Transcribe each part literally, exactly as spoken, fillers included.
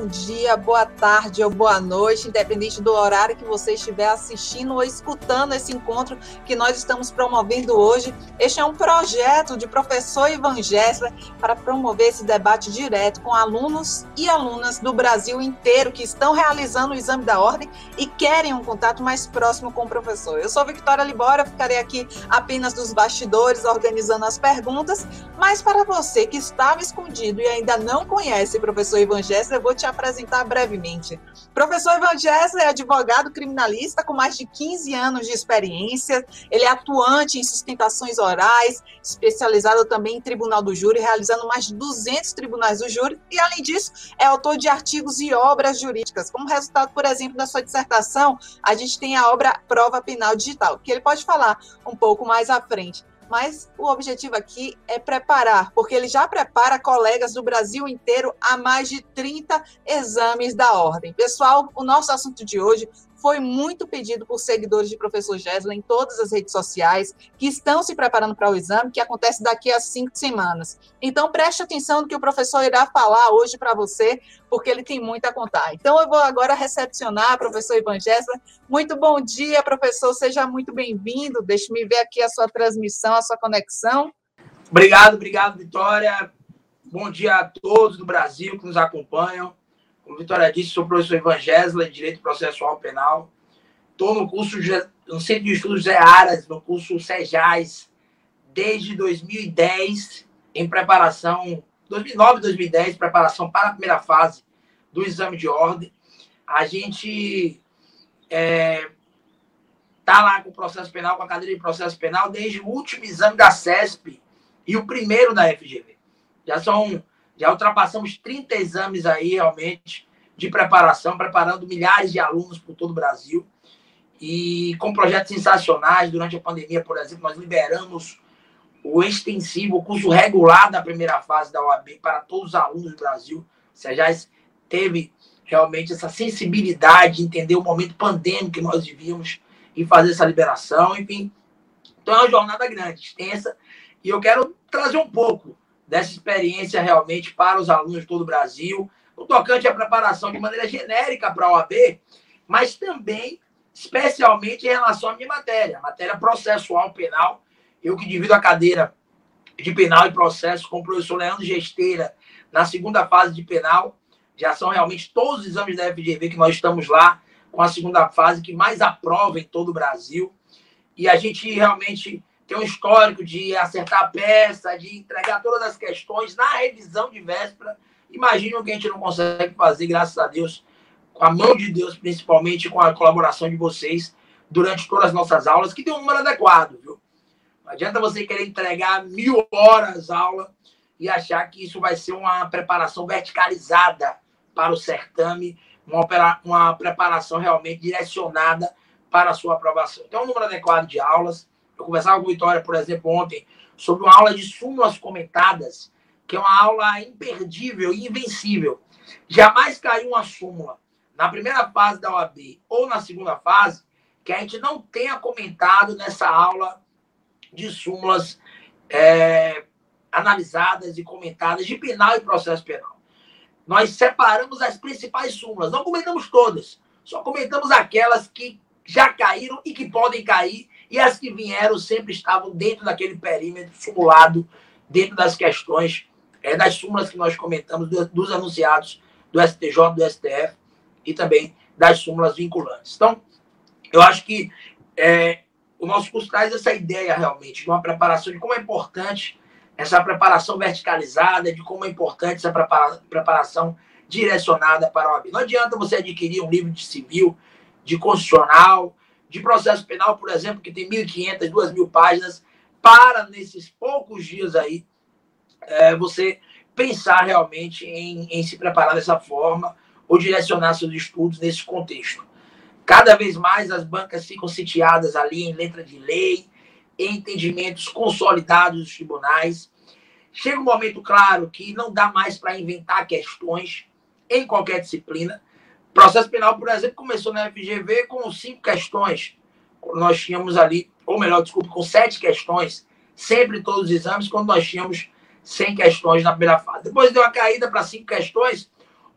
bom dia, boa tarde ou boa noite, independente do horário que você estiver assistindo ou escutando esse encontro que nós estamos promovendo hoje. Este é um projeto de professor Ivan Gessler para promover esse debate direto com alunos e alunas do Brasil inteiro que estão realizando o exame da ordem e querem um contato mais próximo com o professor. Eu sou Victoria Libório, ficarei aqui apenas dos bastidores organizando as perguntas, mas para você que estava escondido e ainda não conhece o professor Ivan Gessler, eu vou te apresentar brevemente. Professor Ivan Gessler é advogado criminalista com mais de quinze anos de experiência. Ele é atuante em sustentações orais, especializado também em tribunal do júri, realizando mais de duzentos tribunais do júri e, além disso, é autor de artigos e obras jurídicas. Como resultado, por exemplo, da sua dissertação, a gente tem a obra Prova Penal Digital, que ele pode falar um pouco mais à frente. Mas o objetivo aqui é preparar, porque ele já prepara colegas do Brasil inteiro a mais de trinta exames da ordem. Pessoal, o nosso assunto de hoje foi muito pedido por seguidores de professor Gessler em todas as redes sociais, que estão se preparando para o exame, que acontece daqui a cinco semanas. Então, preste atenção no que o professor irá falar hoje para você, porque ele tem muito a contar. Então, eu vou agora recepcionar o professor Ivan Gessler. Muito bom dia, professor, seja muito bem-vindo. Deixe-me ver aqui a sua transmissão, a sua conexão. Obrigado, obrigado, Vitória. Bom dia a todos do Brasil que nos acompanham. Como a Vitória disse, sou o professor Ivan Gessler, de Direito Processual Penal. Estou no curso no Centro de Estudos Zé Aras, no curso SEJAS, desde dois mil e dez, em preparação, dois mil e nove, dois mil e dez, preparação para a primeira fase do exame de ordem. A gente é, tá lá com o processo penal, com a cadeira de processo penal, desde o último exame da CESP e o primeiro da F G V. Já são... Já ultrapassamos trinta exames aí, realmente, de preparação, preparando milhares de alunos por todo o Brasil. E com projetos sensacionais, durante a pandemia, por exemplo, nós liberamos o extensivo, o curso regular da primeira fase da O A B para todos os alunos do Brasil. Ou seja, já teve realmente essa sensibilidade de entender o momento pandêmico que nós vivíamos e fazer essa liberação, enfim. Então é uma jornada grande, extensa, e eu quero trazer um pouco dessa experiência realmente para os alunos de todo o Brasil, no tocante à preparação de maneira genérica para a O A B, mas também, especialmente, em relação à minha matéria, a matéria processual penal. Eu que divido a cadeira de penal e processo com o professor Leandro Gesteira na segunda fase de penal. Já são realmente todos os exames da F G V que nós estamos lá com a segunda fase que mais aprova em todo o Brasil. E a gente realmente tem um histórico de acertar a peça, de entregar todas as questões na revisão de véspera. Imagina o que a gente não consegue fazer, graças a Deus, com a mão de Deus, principalmente com a colaboração de vocês, durante todas as nossas aulas, que tem um número adequado, viu? Não adianta você querer entregar mil horas aula e achar que isso vai ser uma preparação verticalizada para o certame, uma, opera, uma preparação realmente direcionada para a sua aprovação. Então, um número adequado de aulas. Eu conversava com a Vitória, por exemplo, ontem, sobre uma aula de súmulas comentadas, que é uma aula imperdível e invencível. Jamais caiu uma súmula na primeira fase da O A B ou na segunda fase que a gente não tenha comentado nessa aula de súmulas é, analisadas e comentadas de penal e processo penal. Nós separamos as principais súmulas, não comentamos todas, só comentamos aquelas que já caíram e que podem cair, e as que vieram sempre estavam dentro daquele perímetro simulado, dentro das questões, é, das súmulas que nós comentamos, do, dos anunciados do S T J, do S T F, e também das súmulas vinculantes. Então, eu acho que é, o nosso curso traz essa ideia realmente de uma preparação, de como é importante essa preparação verticalizada, de como é importante essa prepara, preparação direcionada para a O A B. Não adianta você adquirir um livro de civil, de constitucional, de processo penal, por exemplo, que tem mil e quinhentas, duas mil páginas, para, nesses poucos dias aí, é, você pensar realmente em, em se preparar dessa forma ou direcionar seus estudos nesse contexto. Cada vez mais as bancas ficam sitiadas ali em letra de lei, em entendimentos consolidados dos tribunais. Chega um momento, claro, que não dá mais para inventar questões em qualquer disciplina. Processo penal, por exemplo, começou na F G V com cinco questões. Nós tínhamos ali, ou melhor, desculpa, com sete questões, sempre em todos os exames, quando nós tínhamos cem questões na primeira fase. Depois deu uma caída para cinco questões,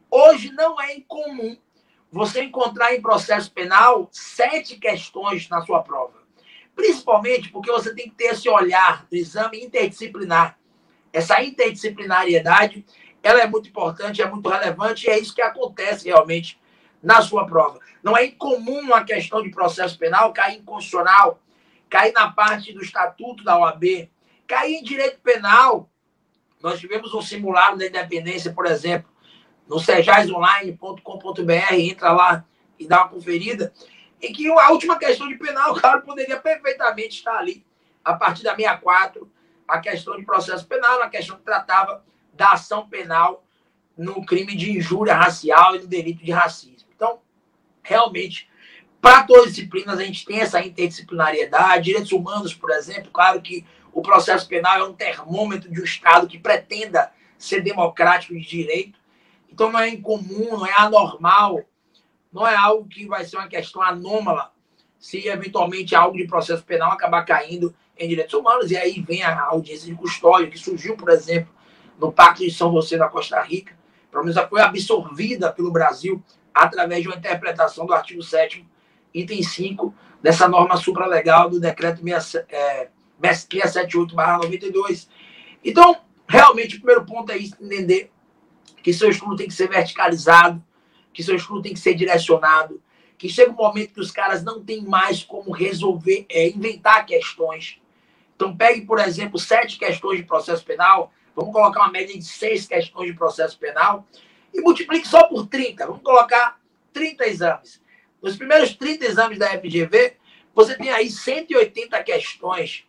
Hoje não é incomum você encontrar em processo penal sete questões na sua prova. Principalmente porque você tem que ter esse olhar do exame interdisciplinar. Essa interdisciplinariedade, ela é muito importante, é muito relevante, e é isso que acontece realmente na sua prova. Não é incomum uma questão de processo penal cair em constitucional, cair na parte do estatuto da O A B, cair em direito penal. Nós tivemos um simulado da independência, por exemplo, no sejais online ponto com ponto br, entra lá e dá uma conferida, em que a última questão de penal, claro, poderia perfeitamente estar ali, a partir da sessenta e quatro, a questão de processo penal, a questão que tratava da ação penal no crime de injúria racial e no delito de racismo. Então, realmente, para todas as disciplinas, a gente tem essa interdisciplinariedade. Direitos humanos, por exemplo, claro que o processo penal é um termômetro de um Estado que pretenda ser democrático de direito. Então, não é incomum, não é anormal, não é algo que vai ser uma questão anômala se, eventualmente, algo de processo penal acabar caindo em direitos humanos. E aí vem a audiência de custódia, que surgiu, por exemplo, no Pacto de São José da Costa Rica, pelo menos ela foi absorvida pelo Brasil através de uma interpretação do artigo sétimo, item cinco, dessa norma supralegal do decreto seiscentos e setenta e oito barra noventa e dois. Então, realmente, o primeiro ponto é isso, entender que seu estudo tem que ser verticalizado, que seu estudo tem que ser direcionado, que chega um momento que os caras não têm mais como resolver, é, inventar questões. Então, pegue, por exemplo, sete questões de processo penal, vamos colocar uma média de seis questões de processo penal e multiplique só por trinta. Vamos colocar trinta exames. Nos primeiros trinta exames da F G V, você tem aí cento e oitenta questões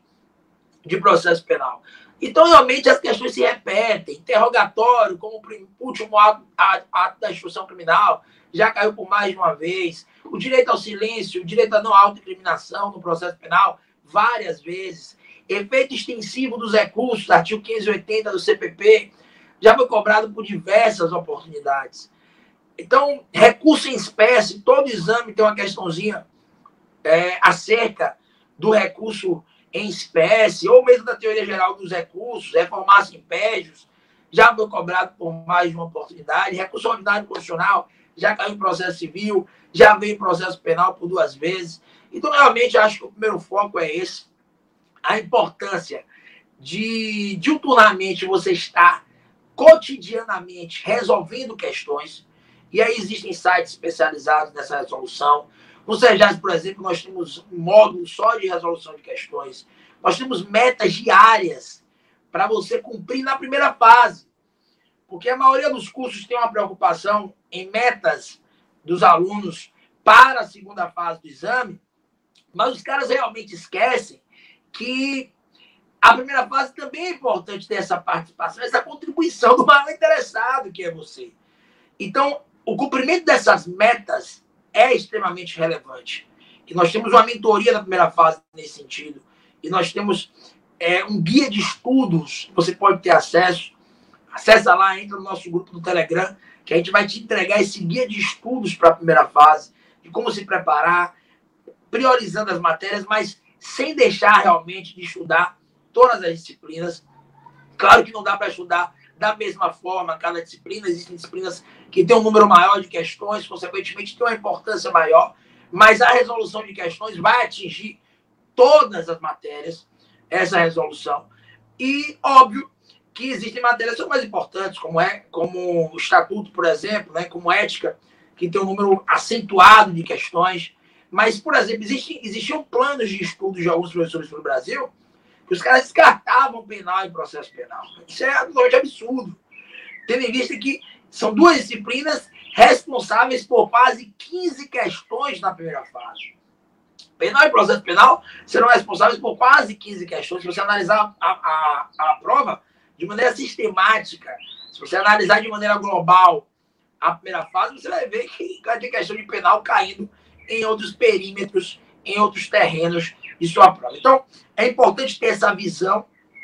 de processo penal. Então, realmente, as questões se repetem. Interrogatório, como o último ato, ato da instrução criminal, já caiu por mais de uma vez. O direito ao silêncio, o direito à não autoincriminação no processo penal, várias vezes. Efeito extensivo dos recursos, artigo quinhentos e oitenta do C P P, já foi cobrado por diversas oportunidades. Então, recurso em espécie, todo exame tem uma questãozinha é, acerca do recurso em espécie, ou mesmo da teoria geral dos recursos, reformar-se em impédios, já foi cobrado por mais de uma oportunidade. Recurso ordinário constitucional, já caiu em processo civil, já veio em processo penal por duas vezes. Então, realmente, acho que o primeiro foco é esse, a importância de, diuturnamente, você estar cotidianamente resolvendo questões. E aí existem sites especializados nessa resolução. No sejais, por exemplo, nós temos um módulo só de resolução de questões. Nós temos metas diárias para você cumprir na primeira fase. Porque a maioria dos cursos tem uma preocupação em metas dos alunos para a segunda fase do exame, mas os caras realmente esquecem que a primeira fase também é importante ter essa participação, essa contribuição do maior interessado, que é você. Então, o cumprimento dessas metas é extremamente relevante. E nós temos uma mentoria na primeira fase nesse sentido. E nós temos é, um guia de estudos que você pode ter acesso. Acessa lá, entra no nosso grupo do Telegram, que a gente vai te entregar esse guia de estudos para a primeira fase, de como se preparar, priorizando as matérias, mas sem deixar realmente de estudar todas as disciplinas. Claro que não dá para estudar da mesma forma cada disciplina. Existem disciplinas que têm um número maior de questões, consequentemente tem uma importância maior, mas a resolução de questões vai atingir todas as matérias, essa resolução. E, óbvio, que existem matérias que são mais importantes, como é como o estatuto, por exemplo, né, como ética, que tem um número acentuado de questões. Mas, por exemplo, existiam, existiam planos de estudo de alguns professores no Brasil que os caras descartavam penal e processo penal. Isso é absolutamente absurdo. Tendo em vista que são duas disciplinas responsáveis por quase quinze questões na primeira fase. Penal e processo penal serão responsáveis por quase quinze questões. Se você analisar a, a, a prova de maneira sistemática, se você analisar de maneira global a primeira fase, você vai ver que vai ter questão de penal caindo em outros perímetros, em outros terrenos de sua prova. Então, é importante ter essa visão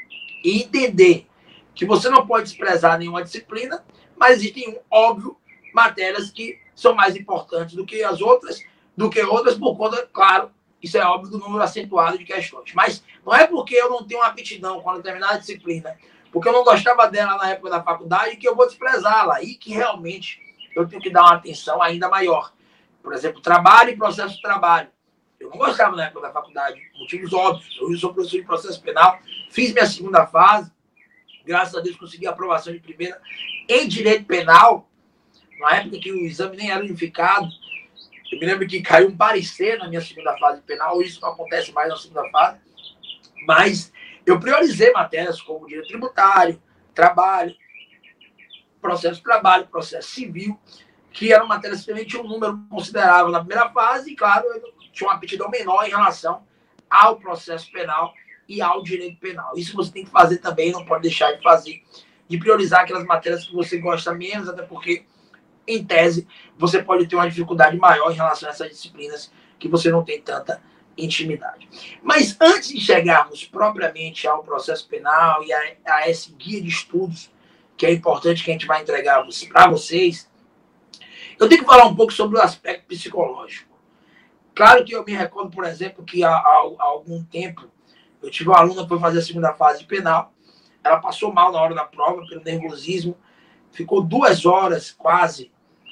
e entender que você não pode desprezar nenhuma disciplina, mas existem, óbvio, matérias que são mais importantes do que as outras, do que outras, por conta, claro, isso é óbvio, do número acentuado de questões. Mas não é porque eu não tenho uma aptidão com uma determinada disciplina, porque eu não gostava dela na época da faculdade, que eu vou desprezá-la. Aí que realmente eu tenho que dar uma atenção ainda maior. Por exemplo, trabalho e processo de trabalho. Eu não gostava na época da faculdade, motivos óbvios. Hoje eu sou professor de processo penal, fiz minha segunda fase, graças a Deus consegui a aprovação de primeira em direito penal, na época que o exame nem era unificado. Eu me lembro que caiu um parecer na minha segunda fase penal, hoje isso não acontece mais na segunda fase, mas eu priorizei matérias como direito tributário, trabalho, processo de trabalho, processo civil, que eram matérias que também tinham um número considerável na primeira fase, e, claro, eu tinha uma aptidão menor em relação ao processo penal e ao direito penal. Isso você tem que fazer também, não pode deixar de fazer, de priorizar aquelas matérias que você gosta menos, até porque, em tese, você pode ter uma dificuldade maior em relação a essas disciplinas que você não tem tanta intimidade. Mas antes de chegarmos propriamente ao processo penal e a, a esse guia de estudos, que é importante que a gente vai entregar para vocês, eu tenho que falar um pouco sobre o aspecto psicológico. Claro que eu me recordo, por exemplo, que há, há, há algum tempo eu tive uma aluna que foi fazer a segunda fase de penal, ela passou mal na hora da prova, pelo nervosismo, ficou duas horas quase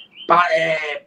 é,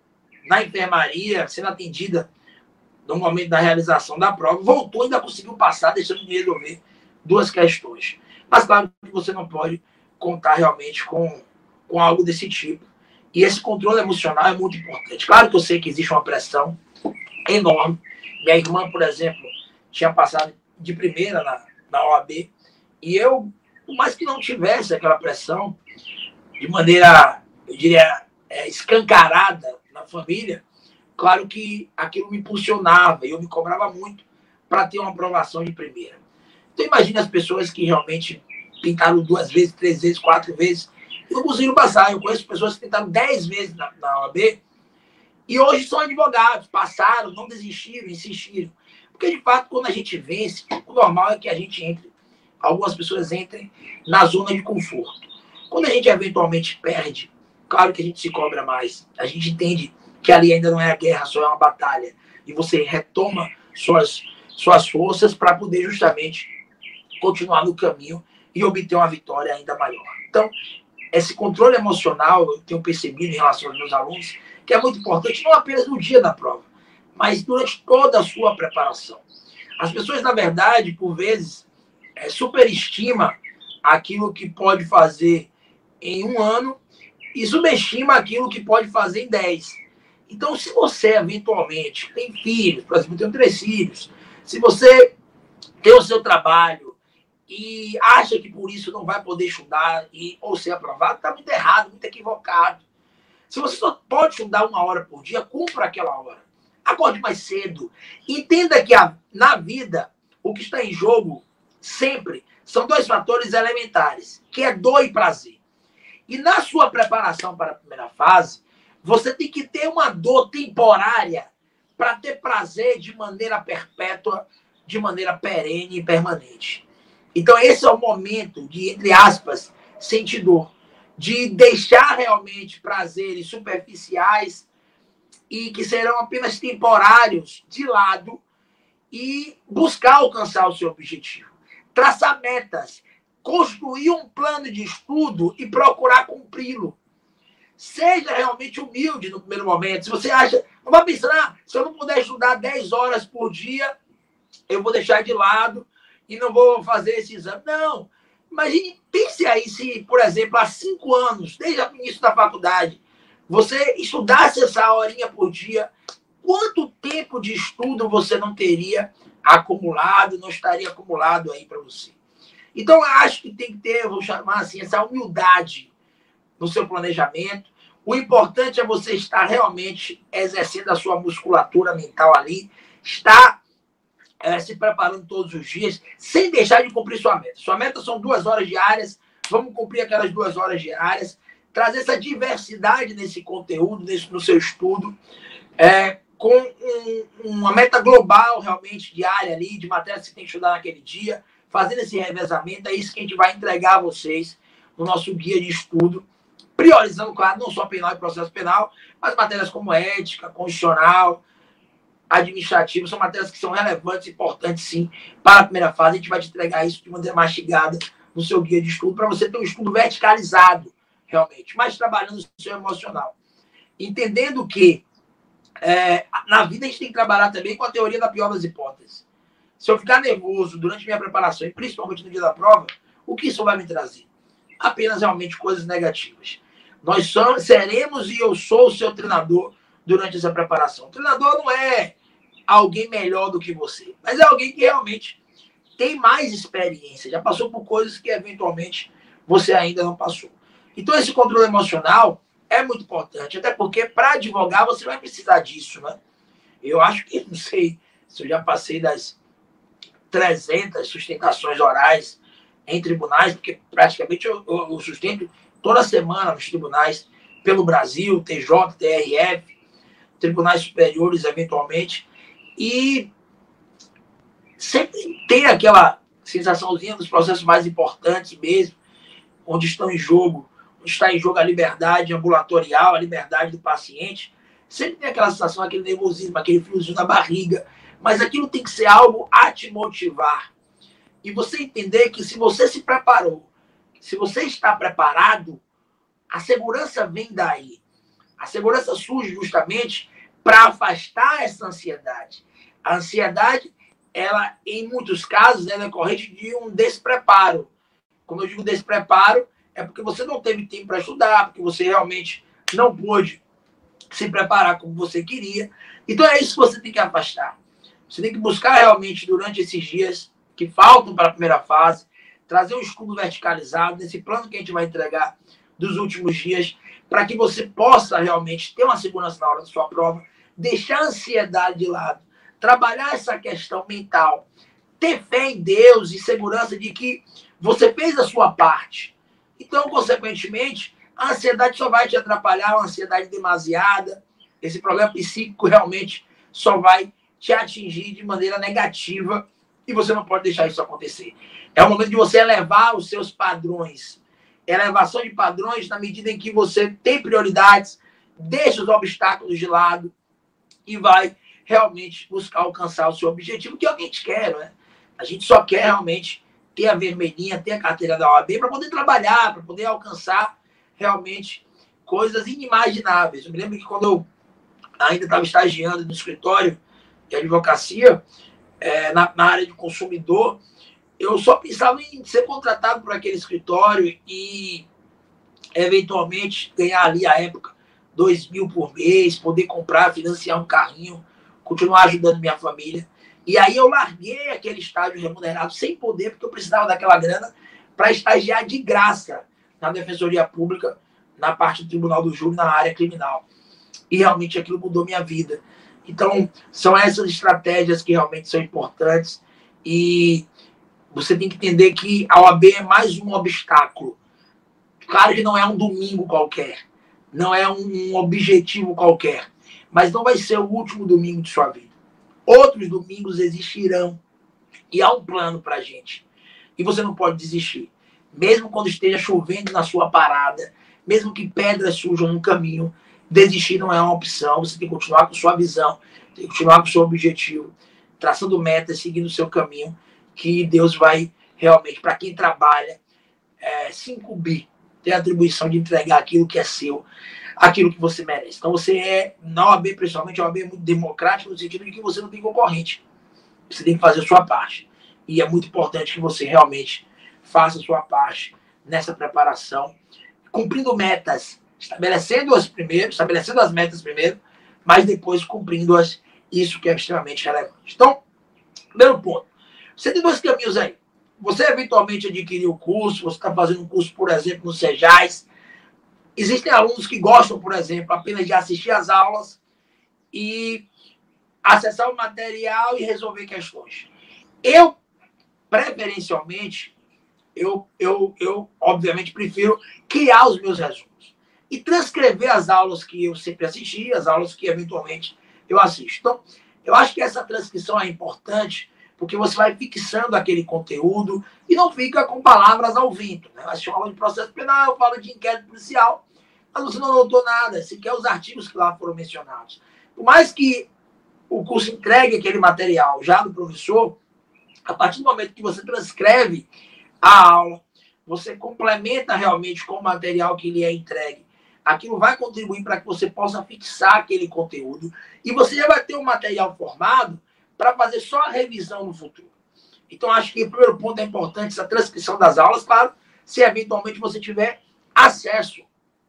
na enfermaria, sendo atendida no momento da realização da prova, voltou e ainda conseguiu passar, deixando de resolver duas questões. Mas claro que você não pode contar realmente com, com algo desse tipo. E esse controle emocional é muito importante. Claro que eu sei que existe uma pressão enorme. Minha irmã, por exemplo, tinha passado de primeira na, na O A B, e eu, por mais que não tivesse aquela pressão, de maneira, eu diria, é, escancarada na família, claro que aquilo me impulsionava e eu me cobrava muito para ter uma aprovação de primeira. Então imagine as pessoas que realmente tentaram duas vezes, três vezes, quatro vezes e não conseguiram passar. Eu conheço pessoas que tentaram dez vezes na, na O A B e hoje são advogados, passaram, não desistiram, insistiram. Porque, de fato, quando a gente vence, o normal é que a gente entre, algumas pessoas entrem na zona de conforto. Quando a gente eventualmente perde, claro que a gente se cobra mais. A gente entende que ali ainda não é a guerra, só é uma batalha. E você retoma suas, suas forças para poder justamente continuar no caminho e obter uma vitória ainda maior. Então, esse controle emocional, eu tenho percebido em relação aos meus alunos, que é muito importante, não apenas no dia da prova, mas durante toda a sua preparação. As pessoas, na verdade, por vezes, é, superestimam aquilo que pode fazer em um ano e subestima aquilo que pode fazer em dez. Então, se você, eventualmente, tem filhos, por exemplo, eu tenho três filhos, se você tem o seu trabalho e acha que por isso não vai poder estudar e, ou ser aprovado, está muito errado, muito equivocado. Se você só pode estudar uma hora por dia, cumpra aquela hora. Acorde mais cedo. Entenda que a, na vida, o que está em jogo sempre são dois fatores elementares, que é dor e prazer. E na sua preparação para a primeira fase, você tem que ter uma dor temporária para ter prazer de maneira perpétua, de maneira perene e permanente. Então esse é o momento de, entre aspas, sentir dor. De deixar realmente prazeres superficiais e que serão apenas temporários de lado e buscar alcançar o seu objetivo. Traçar metas, construir um plano de estudo e procurar cumpri-lo. Seja realmente humilde no primeiro momento. Se você acha, não vai pensar, ah, se eu não puder estudar dez horas por dia, eu vou deixar de lado e não vou fazer esse exame. Não. Imagine, pense aí se, por exemplo, há cinco anos, desde o início da faculdade, você estudasse essa horinha por dia, quanto tempo de estudo você não teria acumulado, não estaria acumulado aí para você? Então, eu acho que tem que ter, vou chamar assim, essa humildade no seu planejamento. O importante é você estar realmente exercendo a sua musculatura mental ali, estar é, se preparando todos os dias, sem deixar de cumprir sua meta. Sua meta são duas horas diárias, vamos cumprir aquelas duas horas diárias, trazer essa diversidade nesse conteúdo, nesse, no seu estudo, é, com um, uma meta global, realmente, diária ali, de matérias que você tem que estudar naquele dia, fazendo esse revezamento. É isso que a gente vai entregar a vocês no nosso guia de estudo, priorizando, claro, não só penal e processo penal, mas matérias como ética, constitucional, administrativo, são matérias que são relevantes e importantes, sim, para a primeira fase. A gente vai te entregar isso de maneira mastigada no seu guia de estudo, para você ter um estudo verticalizado, realmente, mas trabalhando o seu emocional. Entendendo que é, na vida a gente tem que trabalhar também com a teoria da pior das hipóteses. Se eu ficar nervoso durante minha preparação, e principalmente no dia da prova, o que isso vai me trazer? Apenas realmente coisas negativas. Nós somos, seremos e eu sou o seu treinador durante essa preparação. O treinador não é alguém melhor do que você, mas é alguém que realmente tem mais experiência, já passou por coisas que eventualmente você ainda não passou. Então esse controle emocional é muito importante, até porque para advogar você vai precisar disso, né? Eu acho que, não sei se eu já passei das trezentas sustentações orais em tribunais, porque praticamente eu, eu, eu sustento toda semana nos tribunais pelo Brasil, T J, T R F, tribunais superiores eventualmente, e sempre tem aquela sensaçãozinha dos processos mais importantes mesmo, onde estão em jogo, onde está em jogo a liberdade ambulatorial, a liberdade do paciente. Sempre tem aquela sensação, aquele nervosismo, aquele friozinho na barriga, mas aquilo tem que ser algo a te motivar. E você entender que se você se preparou, se você está preparado, a segurança vem daí. A segurança surge justamente para afastar essa ansiedade. A ansiedade, ela, em muitos casos, é decorrente de um despreparo. Quando eu digo despreparo, é porque você não teve tempo para estudar, porque você realmente não pôde se preparar como você queria. Então é isso que você tem que afastar. Você tem que buscar realmente, durante esses dias que faltam para a primeira fase, trazer um estudo verticalizado nesse plano que a gente vai entregar dos últimos dias, para que você possa realmente ter uma segurança na hora da sua prova, deixar a ansiedade de lado, trabalhar essa questão mental, ter fé em Deus e segurança de que você fez a sua parte. Então, consequentemente, a ansiedade só vai te atrapalhar, uma ansiedade demasiada, esse problema psíquico realmente só vai te atingir de maneira negativa e você não pode deixar isso acontecer. É o momento de você elevar os seus padrões. Elevação de padrões na medida em que você tem prioridades, deixa os obstáculos de lado e vai realmente buscar alcançar o seu objetivo, que é o que a gente quer, né? A gente só quer realmente ter a vermelhinha, ter a carteira da O A B para poder trabalhar, para poder alcançar realmente coisas inimagináveis. Eu me lembro que quando eu ainda estava estagiando no escritório de advocacia, é, na, na área de consumidor, eu só pensava em ser contratado por aquele escritório e, eventualmente, ganhar ali, à época, dois mil por mês, poder comprar, financiar um carrinho, continuar ajudando minha família. E aí eu larguei aquele estágio remunerado sem poder, porque eu precisava daquela grana para estagiar de graça na Defensoria Pública, na parte do Tribunal do Júri, na área criminal. E realmente aquilo mudou minha vida. Então, são essas estratégias que realmente são importantes e você tem que entender que a O A B é mais um obstáculo. Claro que não é um domingo qualquer, não é um objetivo qualquer, mas não vai ser o último domingo de sua vida. Outros domingos existirão e há um plano para a gente. E você não pode desistir. Mesmo quando esteja chovendo na sua parada, mesmo que pedras surjam no caminho, desistir não é uma opção. Você tem que continuar com sua visão, tem que continuar com o seu objetivo, traçando metas, seguindo o seu caminho, que Deus vai realmente, para quem trabalha, é, se incumbir, ter a atribuição de entregar aquilo que é seu, aquilo que você merece. Então você é, na O A B, principalmente, a O A B é muito democrática no sentido de que você não tem concorrente. Você tem que fazer a sua parte. E é muito importante que você realmente faça a sua parte nessa preparação, cumprindo metas, estabelecendo-as primeiro, estabelecendo as metas primeiro, mas depois cumprindo-as, isso que é extremamente relevante. Então, primeiro ponto, você tem dois caminhos aí. Você eventualmente adquiriu o curso, você está fazendo um curso, por exemplo, no Sejais. Existem alunos que gostam, por exemplo, apenas de assistir às aulas e acessar o material e resolver questões. Eu, preferencialmente, eu, eu, eu obviamente prefiro criar os meus resumos e transcrever as aulas que eu sempre assisti, as aulas que eventualmente eu assisto. Então, eu acho que essa transcrição é importante porque você vai fixando aquele conteúdo e não fica com palavras ao vento. Né? Você fala de processo penal, fala de inquérito policial, mas você não notou nada, sequer os artigos que lá foram mencionados. Por mais que o curso entregue aquele material já do professor, a partir do momento que você transcreve a aula, você complementa realmente com o material que lhe é entregue. Aquilo vai contribuir para que você possa fixar aquele conteúdo e você já vai ter um material formado para fazer só a revisão no futuro. Então, acho que o primeiro ponto é importante, essa transcrição das aulas, claro, se eventualmente você tiver acesso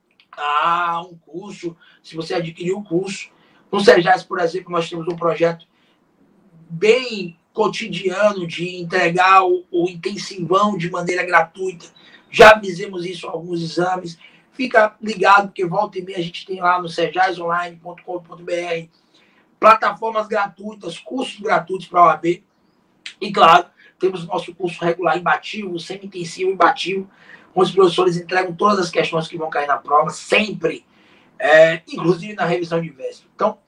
a um curso, se você adquirir o curso. No Sejais, por exemplo, nós temos um projeto bem cotidiano de entregar o, o intensivão de maneira gratuita. Já fizemos isso em alguns exames. Fica ligado, porque volta e meia a gente tem lá no sejais online ponto com ponto br plataformas gratuitas, cursos gratuitos para a O A B. E, claro, temos o nosso curso regular imbatível, semi-intensivo imbatível, onde os professores entregam todas as questões que vão cair na prova, sempre, é, inclusive na revisão de véspera. Então,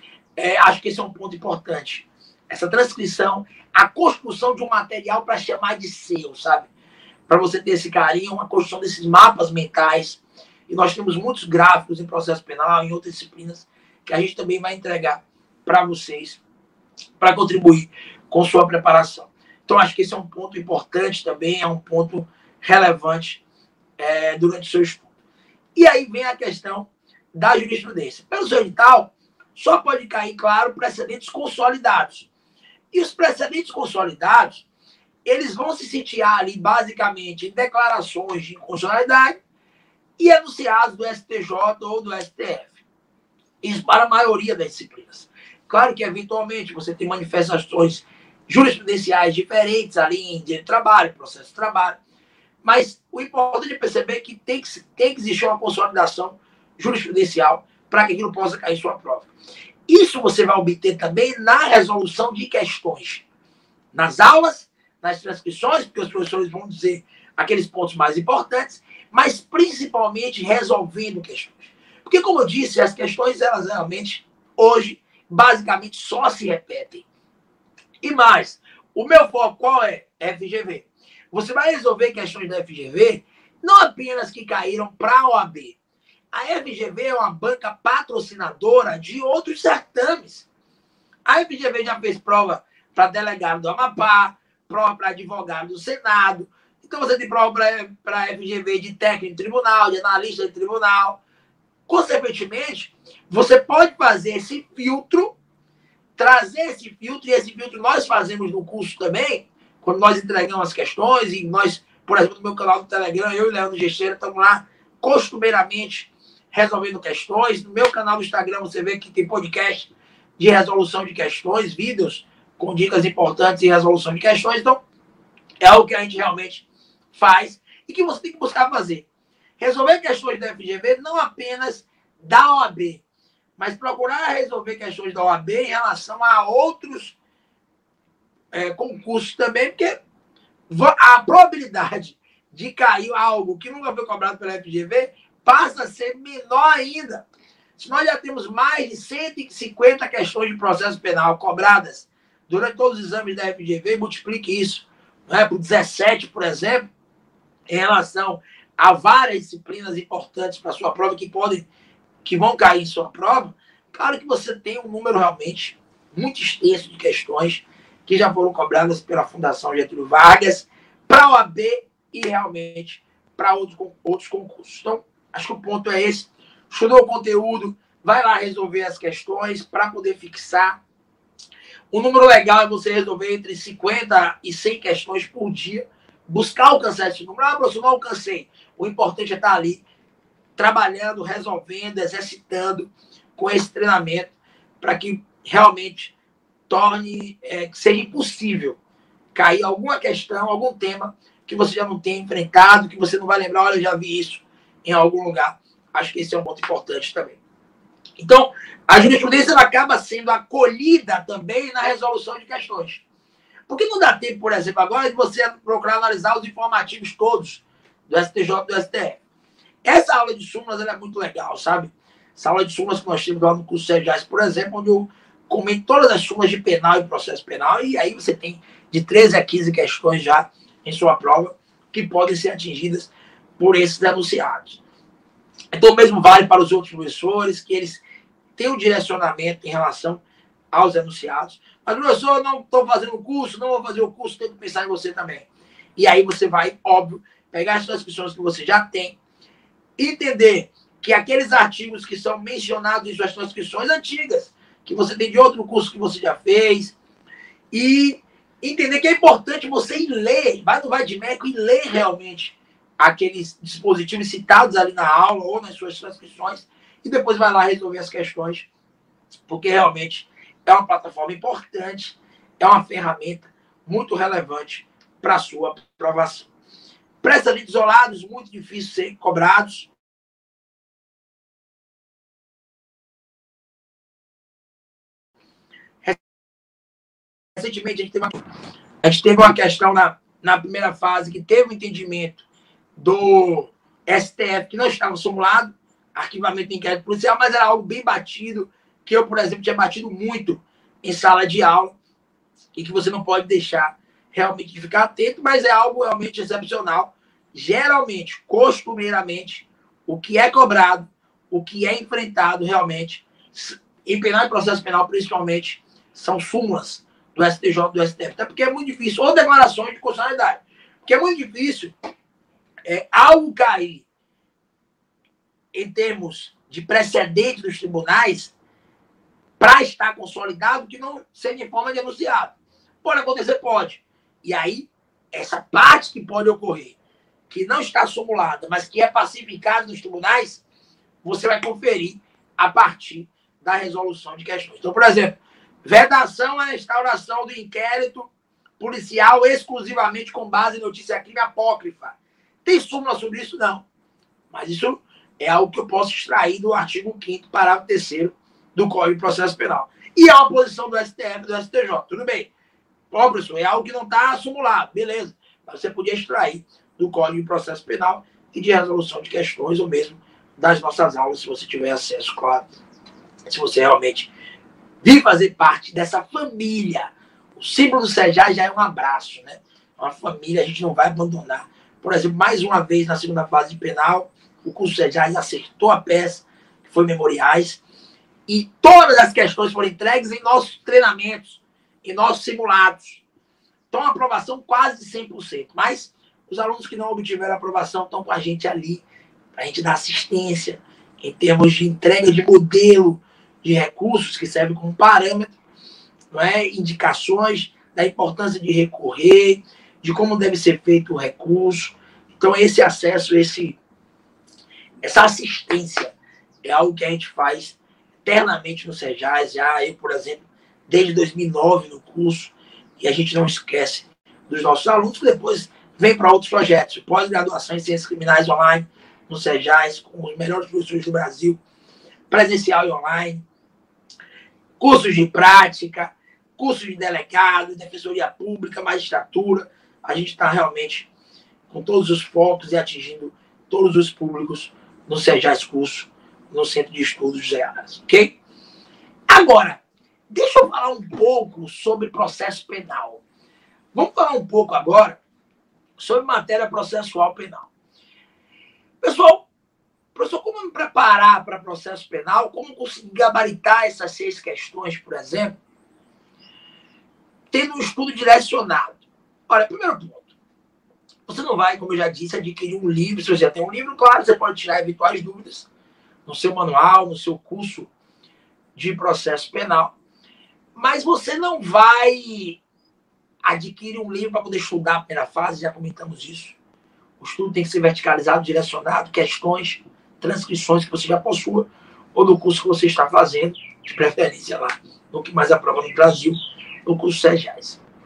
é, acho que esse é um ponto importante. Essa transcrição, a construção de um material para chamar de seu, sabe? Para você ter esse carinho, uma construção desses mapas mentais. E nós temos muitos gráficos em processo penal, em outras disciplinas, que a gente também vai entregar para vocês, para contribuir com sua preparação. Então, acho que esse é um ponto importante também, é um ponto relevante é, durante o seu estudo. E aí vem a questão da jurisprudência. Pelo seu edital, só pode cair, claro, precedentes consolidados. E os precedentes consolidados, eles vão se sitiar ali, basicamente, em declarações de inconstitucionalidade e enunciados do S T J ou do S T F. Isso para a maioria das disciplinas. Claro que, eventualmente, você tem manifestações jurisprudenciais diferentes ali em direito de trabalho, processo de trabalho, mas o importante é perceber que tem que, tem que existir uma consolidação jurisprudencial para que aquilo possa cair em sua prova. Isso você vai obter também na resolução de questões. Nas aulas, nas transcrições, porque os professores vão dizer aqueles pontos mais importantes, mas principalmente resolvendo questões. Porque, como eu disse, as questões, elas realmente, hoje, basicamente, só se repetem. E mais, o meu foco qual é? F G V. Você vai resolver questões da F G V, não apenas que caíram para a O A B. A F G V é uma banca patrocinadora de outros certames. A F G V já fez prova para delegado do Amapá, prova para advogado do Senado. Então, você tem prova para a F G V de técnico de tribunal, de analista de tribunal. Consequentemente, você pode fazer esse filtro, trazer esse filtro, e esse filtro nós fazemos no curso também, quando nós entregamos as questões, e nós, por exemplo, no meu canal do Telegram, eu e o Leandro Gesteira estamos lá costumeiramente resolvendo questões. No meu canal do Instagram você vê que tem podcast de resolução de questões, vídeos com dicas importantes em resolução de questões. Então, é algo que a gente realmente faz e que você tem que buscar fazer. Resolver questões da F G V não apenas da O A B, mas procurar resolver questões da O A B em relação a outros é, concursos também, porque a probabilidade de cair algo que nunca foi cobrado pela F G V passa a ser menor ainda. Se nós já temos mais de cento e cinquenta questões de processo penal cobradas durante todos os exames da F G V, multiplique isso, né, por dezessete, por exemplo, em relação a várias disciplinas importantes para a sua prova que podem, que vão cair em sua prova, claro que você tem um número realmente muito extenso de questões que já foram cobradas pela Fundação Getúlio Vargas para a O A B e realmente para outros, outros concursos. Então, acho que o ponto é esse. Estudou o conteúdo, vai lá resolver as questões para poder fixar. O número legal é você resolver entre cinquenta e cem questões por dia, buscar alcançar esse número. Ah, professor, não alcancei. O importante é estar ali, trabalhando, resolvendo, exercitando com esse treinamento para que realmente torne, é, que seja impossível cair alguma questão, algum tema que você já não tenha enfrentado, que você não vai lembrar, olha, eu já vi isso em algum lugar. Acho que esse é um ponto importante também. Então, a jurisprudência ela acaba sendo acolhida também na resolução de questões. Porque não dá tempo, por exemplo, agora de você procurar analisar os informativos todos do S T J e do S T F. Essa aula de súmulas ela é muito legal, sabe? Essa aula de súmulas que nós temos lá no curso Sejais, por exemplo, onde eu comento todas as súmulas de penal e processo penal, e aí você tem de treze a quinze questões já em sua prova que podem ser atingidas por esses enunciados. Então, o mesmo vale para os outros professores, que eles têm um direcionamento em relação aos enunciados. Mas, professor, eu não estou fazendo o curso, não vou fazer o curso, tenho que pensar em você também. E aí você vai, óbvio, pegar as transcrições que você já tem, entender que aqueles artigos que são mencionados em suas transcrições antigas, que você tem de outro curso que você já fez, e entender que é importante você ir ler, vai no Vademécum e ler realmente aqueles dispositivos citados ali na aula ou nas suas transcrições, e depois vai lá resolver as questões, porque realmente é uma plataforma importante, é uma ferramenta muito relevante para a sua aprovação. Pré-salidos isolados, muito difícil de ser cobrados. Recentemente, a gente teve uma, a gente teve uma questão na, na primeira fase que teve um entendimento do S T F que não estava simulado, arquivamento de inquérito policial, mas era algo bem batido, que eu, por exemplo, tinha batido muito em sala de aula, e que você não pode deixar realmente de ficar atento, mas é algo realmente excepcional. Geralmente, costumeiramente, o que é cobrado, o que é enfrentado realmente, em penal e processo penal principalmente, são súmulas do S T J, do S T F. Até porque é muito difícil, ou declarações de constitucionalidade, porque é muito difícil é, algo cair em termos de precedente dos tribunais para estar consolidado que não seja em forma de enunciado. Pode acontecer? Pode. E aí, essa parte que pode ocorrer, que não está simulada, mas que é pacificada nos tribunais, você vai conferir a partir da resolução de questões. Então, por exemplo, vedação à instauração do inquérito policial exclusivamente com base em notícia crime apócrifa. Tem súmula sobre isso? Não. Mas isso é algo que eu posso extrair do artigo quinto, parágrafo terceiro do Código de Processo Penal. E é uma posição do S T F e do S T J. Tudo bem. Ó, professor, é algo que não está simulado. Beleza. Mas você podia extrair do Código de Processo Penal e de resolução de questões, ou mesmo das nossas aulas, se você tiver acesso, claro. Se você realmente vir fazer parte dessa família. O símbolo do SEJAI já é um abraço, né? Uma família, a gente não vai abandonar. Por exemplo, mais uma vez na segunda fase de penal, o curso SEJAI acertou a peça, que foi memoriais, e todas as questões foram entregues em nossos treinamentos, em nossos simulados. Então, a aprovação quase de cem por cento. Mas os alunos que não obtiveram a aprovação estão com a gente ali, para a gente dar assistência, em termos de entrega de modelo de recursos, que serve como parâmetro, não é? Indicações da importância de recorrer, de como deve ser feito o recurso. Então, esse acesso, esse, essa assistência é algo que a gente faz eternamente no SEJAI. Já eu, por exemplo, desde dois mil e nove no curso, e a gente não esquece dos nossos alunos, que depois vem para outros projetos, pós-graduação em Ciências Criminais online, no SEJAI, com os melhores professores do Brasil, presencial e online, cursos de prática, cursos de delegado, defensoria pública, magistratura. A gente está realmente com todos os focos e atingindo todos os públicos no SEJAI curso, no Centro de Estudos José Aras, ok? Agora, deixa eu falar um pouco sobre processo penal. Vamos falar um pouco agora sobre matéria processual penal. Pessoal, professor, como me preparar para processo penal? Como conseguir gabaritar essas seis questões, por exemplo, tendo um estudo direcionado? Olha, primeiro ponto. Você não vai, como eu já disse, adquirir um livro. Se você já tem um livro, claro, você pode tirar eventuais dúvidas no seu manual, no seu curso de processo penal. Mas você não vai adquirir um livro para poder estudar a primeira fase, já comentamos isso. O estudo tem que ser verticalizado, direcionado, questões, transcrições que você já possua, ou do curso que você está fazendo, de preferência lá, no que mais aprova no Brasil, no curso SEJAI.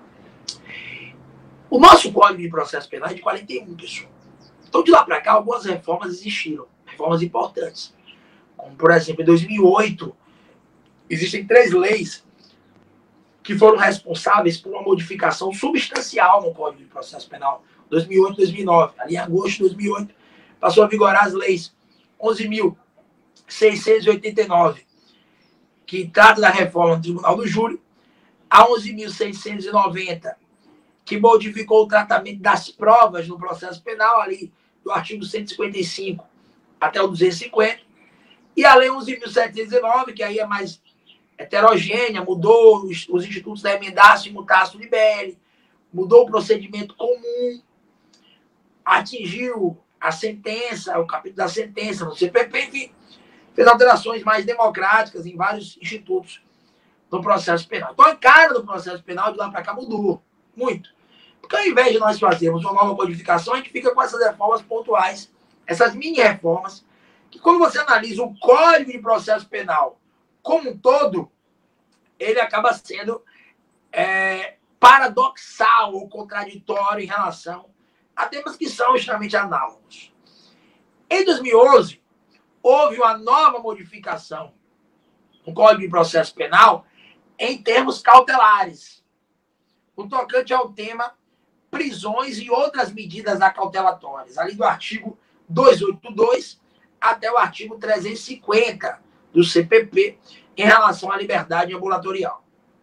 O nosso Código de Processo Penal é de quarenta e um, pessoal. Então, de lá para cá, algumas reformas existiram, reformas importantes. Como, por exemplo, em dois mil e oito, existem três leis que foram responsáveis por uma modificação substancial no Código de Processo Penal, dois mil e oito e dois mil e nove. Ali em agosto de dois mil e oito, passou a vigorar as leis onze mil seiscentos e oitenta e nove, que trata da reforma do Tribunal do Júri, a onze mil seiscentos e noventa, que modificou o tratamento das provas no processo penal, ali do artigo cento e cinquenta e cinco até o duzentos e cinquenta, e a lei onze mil setecentos e nove, que aí é mais heterogênea, mudou os, os institutos da emendaço e mutácio libere, mudou o procedimento comum, atingiu a sentença, o capítulo da sentença no C P P, enfim, fez alterações mais democráticas em vários institutos do processo penal. Então, a cara do processo penal de lá para cá mudou muito. Porque ao invés de nós fazermos uma nova codificação, a gente fica com essas reformas pontuais, essas mini-reformas, que quando você analisa o Código de Processo Penal como um todo, ele acaba sendo é, paradoxal ou contraditório em relação a temas que são extremamente análogos. Em dois mil e onze, houve uma nova modificação no Código de Processo Penal em termos cautelares, no tocante ao tema prisões e outras medidas acautelatórias, ali do artigo duzentos e oitenta e dois até o artigo trezentos e cinquenta do C P P, em relação à liberdade ambulatorial.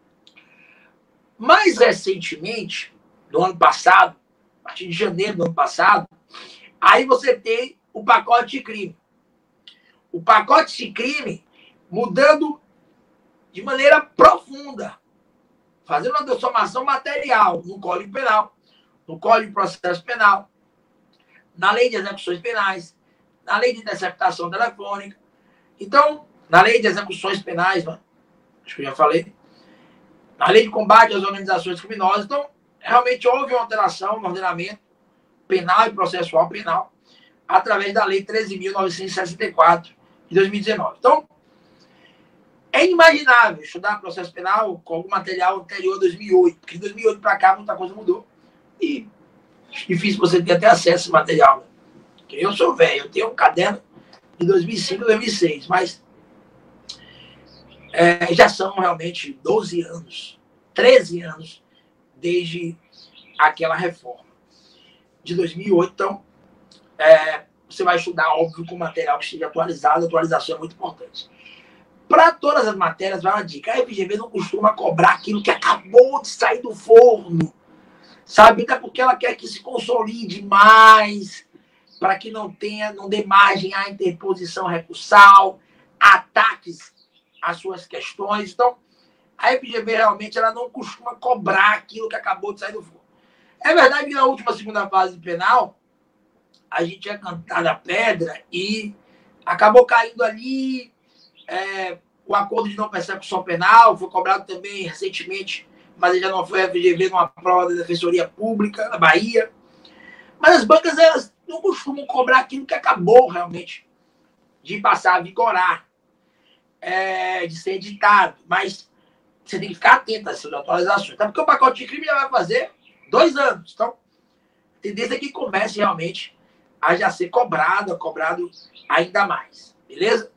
Mais recentemente, no ano passado, a partir de janeiro do ano passado, aí você tem o pacote de crime. O pacote de crime mudando de maneira profunda, fazendo uma transformação material no Código Penal, no Código de Processo Penal, na Lei de Execuções Penais, na Lei de Interceptação Telefônica. Então, na Lei de Execuções Penais, né? Acho que eu já falei, na Lei de Combate às Organizações Criminosas. Então, realmente houve uma alteração no ordenamento penal e processual penal através da Lei treze mil novecentos e sessenta e quatro, de dois mil e dezenove. Então, é inimaginável estudar processo penal com algum material anterior a dois mil e oito, porque de dois mil e oito para cá muita coisa mudou. E é difícil você ter até acesso a esse material. Né? Porque eu sou velho, eu tenho um caderno de dois mil e cinco, dois mil e seis, mas é, já são realmente doze anos, treze anos, desde aquela reforma de dois mil e oito. Então, é, você vai estudar, óbvio, com material que esteja atualizado. A atualização é muito importante. Para todas as matérias, vai uma dica. A F G V não costuma cobrar aquilo que acabou de sair do forno, sabe? Até porque ela quer que se consolide mais, para que não tenha, não dê margem à interposição recursal, ataques às suas questões. Então, a F G V realmente ela não costuma cobrar aquilo que acabou de sair do forno. É verdade que na última segunda fase penal, a gente tinha cantado a pedra e acabou caindo ali é, o acordo de não persecução penal, foi cobrado também recentemente, mas já não foi a F G V numa prova da Defensoria Pública na Bahia. Mas as bancas elas não costumam cobrar aquilo que acabou realmente de passar a vigorar, é, de ser editado. Mas você tem que ficar atento a essas atualizações. Até porque o pacote de crime já vai fazer dois anos. Então, a tendência é que comece realmente a já ser cobrado, cobrado ainda mais. Beleza?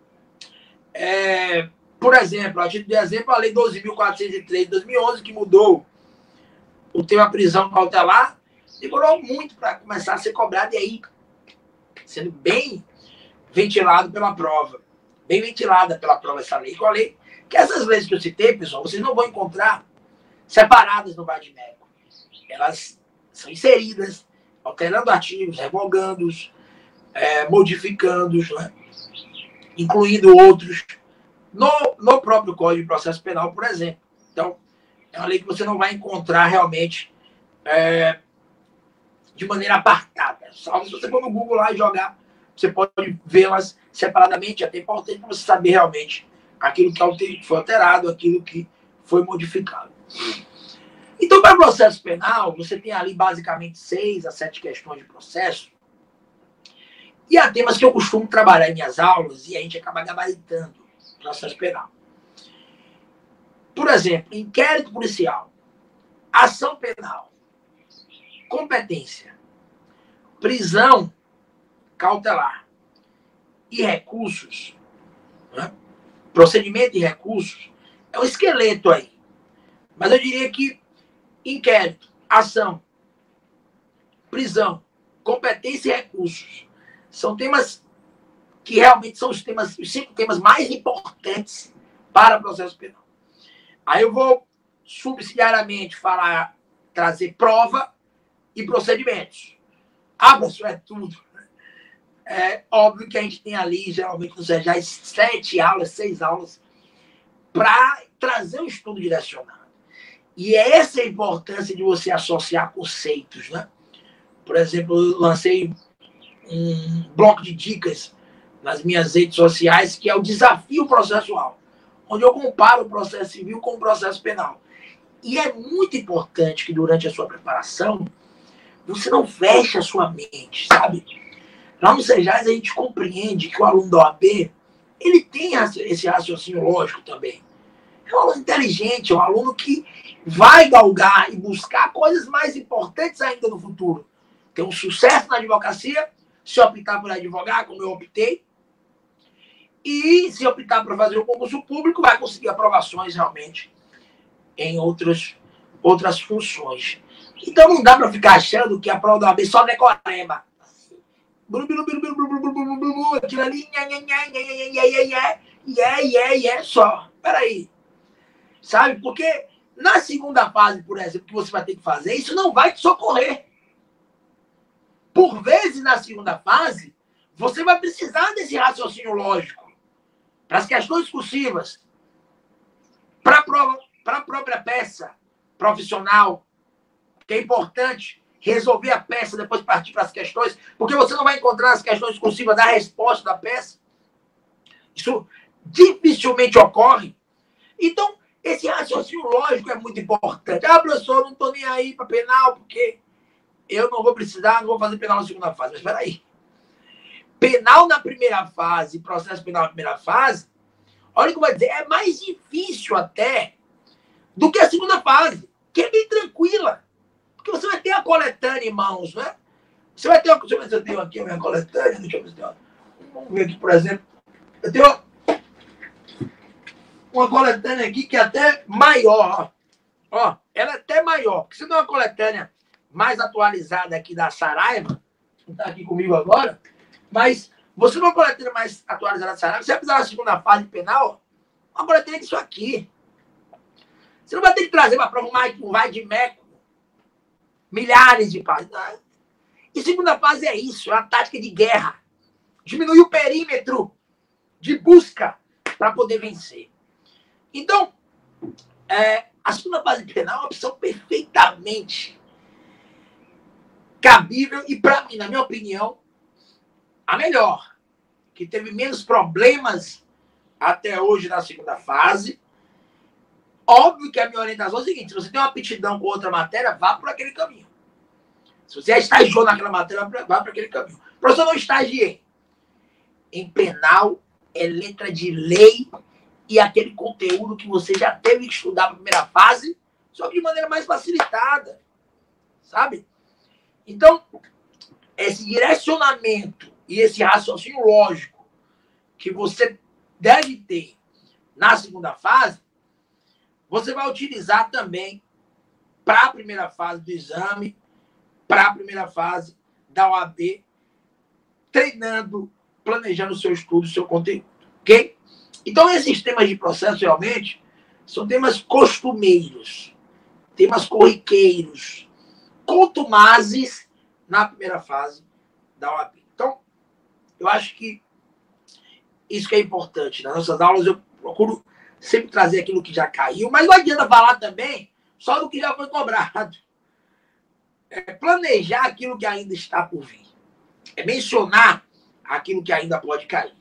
É, por exemplo, a título de exemplo, a Lei doze mil quatrocentos e três de dois mil e onze, que mudou o tema prisão cautelar, demorou muito para começar a ser cobrado, e aí sendo bem ventilado pela prova. Bem ventilada pela prova essa lei. Com a lei, que essas leis que eu citei, pessoal, vocês não vão encontrar separadas no vadimédico. Elas são inseridas, alterando artigos, revogando-os, é, modificando-os, né? Incluindo outros, no, no próprio Código de Processo Penal, por exemplo. Então, é uma lei que você não vai encontrar realmente é, de maneira apartada. Só se você for no Google lá e jogar, você pode vê-las separadamente. É até importante para você saber realmente aquilo que foi alterado, aquilo que foi modificado. Então, para o processo penal, você tem ali basicamente seis a sete questões de processo. E há temas que eu costumo trabalhar em minhas aulas e a gente acaba gabaritando o processo penal. Por exemplo, inquérito policial, ação penal, competência, prisão cautelar e recursos, né? Procedimento e recursos, é um esqueleto aí. Mas eu diria que inquérito, ação, prisão, competência e recursos são temas que realmente são os temas, os cinco temas mais importantes para o processo penal. Aí eu vou subsidiariamente falar, trazer prova e procedimentos. Ah, professor, é tudo. É óbvio que a gente tem ali, geralmente, no C E J, sete aulas, seis aulas, para trazer um estudo direcionado. E é essa a importância de você associar conceitos, né? Por exemplo, eu lancei um bloco de dicas nas minhas redes sociais, que é o desafio processual, onde eu comparo o processo civil com o processo penal. E é muito importante que durante a sua preparação, você não feche a sua mente, sabe? Lá no Sejais a gente compreende que o aluno da O A B, ele tem esse raciocínio lógico também. É um aluno inteligente, é um aluno que vai galgar e buscar coisas mais importantes ainda no futuro. Ter um sucesso na advocacia, se optar por advogar, como eu optei, e se optar por fazer o concurso público, vai conseguir aprovações realmente em outras, outras funções. Então não dá para ficar achando que a prova da O A B só decoreba. Aquilo ali, é só. Peraí. Sabe? Porque na segunda fase, por exemplo, que você vai ter que fazer, isso não vai te socorrer. Por vezes, na segunda fase, você vai precisar desse raciocínio lógico para as questões discursivas, para a prova, para a própria peça profissional, que é importante resolver a peça, depois partir para as questões, porque você não vai encontrar as questões discursivas da resposta da peça. Isso dificilmente ocorre. Então, esse raciocínio lógico é muito importante. Ah, professor, não estou nem aí para penal, porque eu não vou precisar, não vou fazer penal na segunda fase. Mas espera aí. Penal na primeira fase, processo penal na primeira fase, olha o que eu vou dizer, é mais difícil até do que a segunda fase, que é bem tranquila. Porque você vai ter a coletânea em mãos, né? Você vai ter... Deixa eu ver se eu tenho aqui a minha coletânea. Deixa eu ver se eu tenho... Vamos ver aqui, por exemplo. Eu tenho uma coletânea aqui que é até maior. Ó, ó ela é até maior. Porque você tem uma coletânea mais atualizada aqui da Saraiva, não está aqui comigo agora, mas você tem uma coletânea mais atualizada da Saraiva, você vai precisar da segunda fase penal, uma coletânea disso aqui. Você não vai ter que trazer para a prova um vai de meco, milhares de páginas. E segunda fase é isso, é uma tática de guerra. Diminuir o perímetro de busca para poder vencer. Então, é, a segunda fase penal é uma opção perfeitamente cabível e, para mim, na minha opinião, a melhor. Que teve menos problemas até hoje na segunda fase. Óbvio que a minha orientação é o seguinte: se você tem uma aptidão com outra matéria, vá por aquele caminho. Se você já estagiou naquela matéria, vá para aquele caminho. Professor, não estagiei. Em penal, é letra de lei e aquele conteúdo que você já teve que estudar na primeira fase, só que de maneira mais facilitada. Sabe? Então, esse direcionamento e esse raciocínio lógico que você deve ter na segunda fase, você vai utilizar também para a primeira fase do exame, para a primeira fase da O A B, treinando, planejando o seu estudo, o seu conteúdo. Ok? Então, esses temas de processo, realmente, são temas costumeiros, temas corriqueiros, contumazes na primeira fase da O A B. Então, eu acho que isso que é importante. Nas nossas aulas, eu procuro sempre trazer aquilo que já caiu, mas não adianta falar também só do que já foi cobrado. É planejar aquilo que ainda está por vir. É mencionar aquilo que ainda pode cair.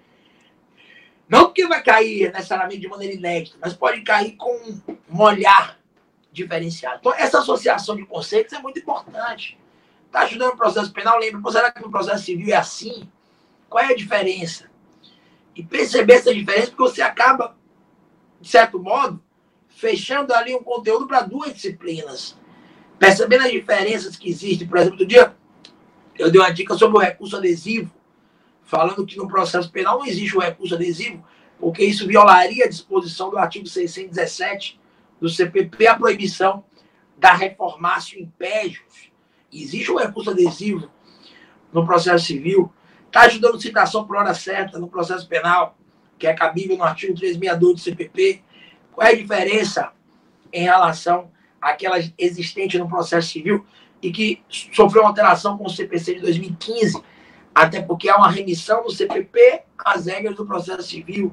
Não porque vai cair necessariamente de maneira inédita, mas pode cair com um olhar diferenciado. Então, essa associação de conceitos é muito importante. Está ajudando o processo penal? Lembra, será que no processo civil é assim? Qual é a diferença? E perceber essa diferença, porque você acaba, de certo modo, fechando ali um conteúdo para duas disciplinas. Percebendo as diferenças que existem. Por exemplo, outro dia, eu dei uma dica sobre o recurso adesivo, falando que no processo penal não existe o recurso adesivo, porque isso violaria a disposição do artigo seiscentos e dezessete do C P P, a proibição da reformácio impégios. Existe um recurso adesivo no processo civil. Está ajudando citação por hora certa no processo penal, que é cabível no artigo trezentos e sessenta e dois do C P P. Qual é a diferença em relação àquela existente no processo civil e que sofreu uma alteração com o C P C de dois mil e quinze, até porque há uma remissão do C P P às regras do processo civil.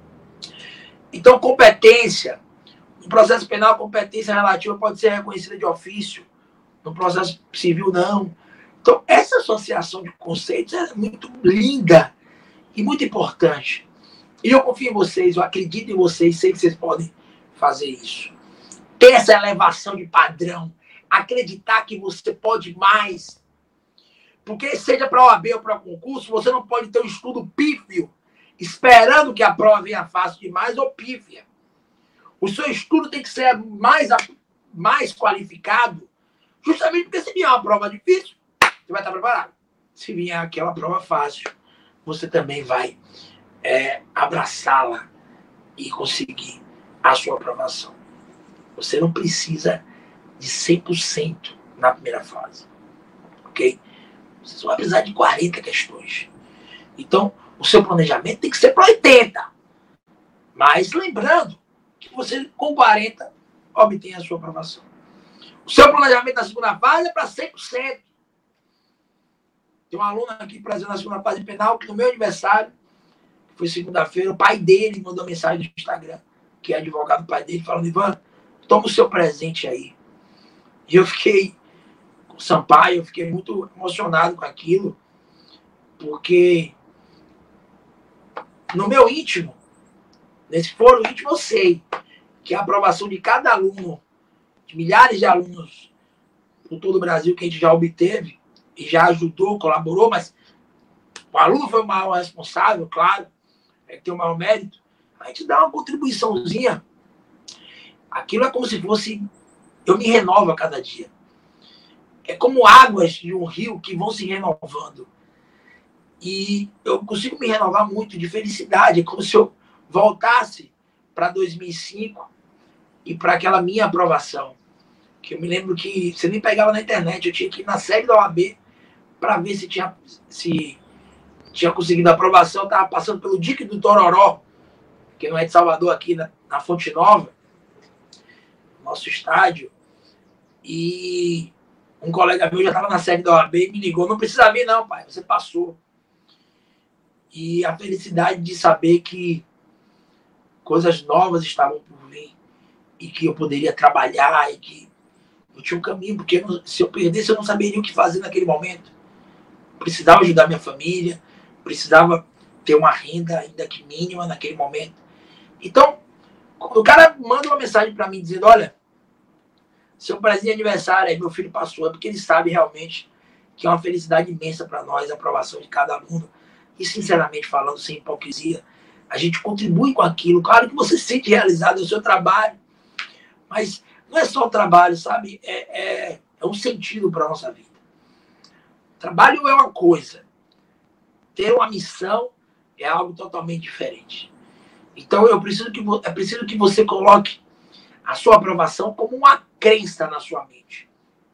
Então, competência. No processo penal, a competência relativa pode ser reconhecida de ofício. No processo civil, não. Então, essa associação de conceitos é muito linda e muito importante. E eu confio em vocês, eu acredito em vocês, sei que vocês podem fazer isso. Ter essa elevação de padrão, acreditar que você pode mais. Porque seja para a O A B ou para concurso, você não pode ter um estudo pífio, esperando que a prova venha fácil demais ou pífia. O seu estudo tem que ser mais, mais qualificado, justamente porque se vier uma prova difícil, você vai estar preparado. Se vier aquela prova fácil, você também vai é, abraçá-la e conseguir a sua aprovação. Você não precisa de cem por cento na primeira fase. Ok? Você só vai precisar de quarenta questões. Então, o seu planejamento tem que ser para oitenta. Mas lembrando que você, com quarenta, obtém a sua aprovação. O seu planejamento na segunda fase é para cem por cento. Tem um aluno aqui presente na segunda fase penal que no meu aniversário, que foi segunda-feira, o pai dele mandou mensagem no Instagram, que é advogado do pai dele, falando: Ivan, toma o seu presente aí. E eu fiquei com o Sampaio, eu fiquei muito emocionado com aquilo, porque no meu íntimo, nesse foro íntimo, eu sei que a aprovação de cada aluno, de milhares de alunos por todo o Brasil que a gente já obteve, e já ajudou, colaborou, mas o aluno foi o maior responsável, claro, é que tem o maior mérito, a gente dá uma contribuiçãozinha. Aquilo é como se fosse, eu me renovo a cada dia. É como águas de um rio que vão se renovando. E eu consigo me renovar muito de felicidade. É como se eu voltasse para dois mil e cinco e para aquela minha aprovação. Que eu me lembro que você nem pegava na internet, eu tinha que ir na sede da O A B para ver se tinha, se tinha conseguido a aprovação. Eu estava passando pelo dique do Tororó, que não é de Salvador, aqui na, na Fonte Nova, nosso estádio, e um colega meu já estava na sede da O A B e me ligou: não precisa vir não, pai, você passou. E a felicidade de saber que coisas novas estavam por vir e que eu poderia trabalhar e que eu tinha um caminho, porque eu, se eu perdesse eu não saberia o que fazer naquele momento. Precisava ajudar minha família, precisava ter uma renda ainda que mínima naquele momento. Então, quando o cara manda uma mensagem para mim dizendo: olha, seu presente de aniversário aí, meu filho passou, é porque ele sabe realmente que é uma felicidade imensa para nós a aprovação de cada aluno. E, sinceramente falando, sem hipocrisia, a gente contribui com aquilo. Claro que você se sente realizado no seu trabalho, mas não é só o trabalho, sabe? É, é, é um sentido para a nossa vida. Trabalho é uma coisa, ter uma missão é algo totalmente diferente. Então, eu preciso que, é preciso que você coloque a sua aprovação como uma crença na sua mente.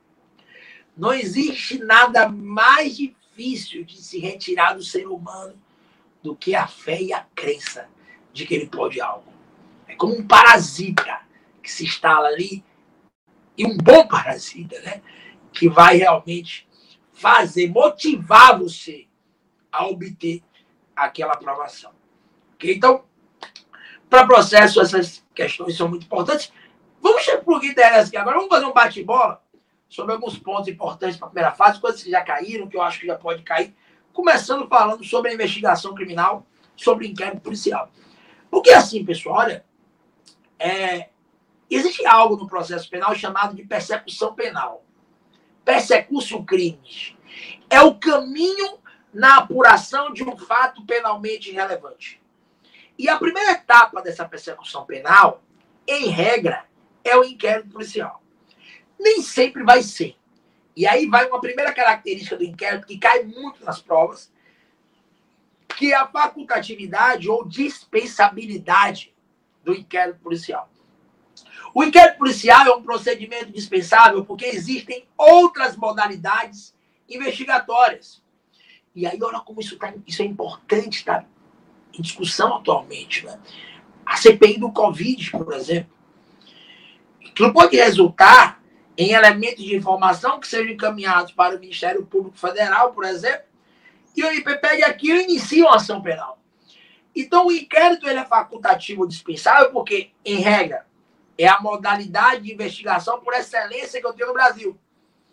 Não existe nada mais difícil de se retirar do ser humano do que a fé e a crença de que ele pode algo. É como um parasita que se instala ali, e um bom parasita, né? Que vai realmente fazer, motivar você a obter aquela aprovação. Okay? Então, para processo, essas questões são muito importantes. Vamos para o que interessa aqui agora. Vamos fazer um bate-bola sobre alguns pontos importantes para a primeira fase, coisas que já caíram, que eu acho que já pode cair. Começando falando sobre a investigação criminal, sobre o inquérito policial. Porque assim, pessoal, olha, é, existe algo no processo penal chamado de persecução penal. Persecução crimes. É o caminho na apuração de um fato penalmente relevante. E a primeira etapa dessa persecução penal, em regra, é o inquérito policial. Nem sempre vai ser. E aí vai uma primeira característica do inquérito que cai muito nas provas, que é a facultatividade ou dispensabilidade do inquérito policial. O inquérito policial é um procedimento dispensável porque existem outras modalidades investigatórias. E aí, olha como isso, tá, isso é importante, está em discussão atualmente. Né? A C P I do Covid, por exemplo, que pode resultar em elementos de informação que sejam encaminhados para o Ministério Público Federal, por exemplo, e o I P pega aquilo e inicia uma ação penal. Então, o inquérito ele é facultativo ou dispensável porque, em regra, é a modalidade de investigação por excelência que eu tenho no Brasil.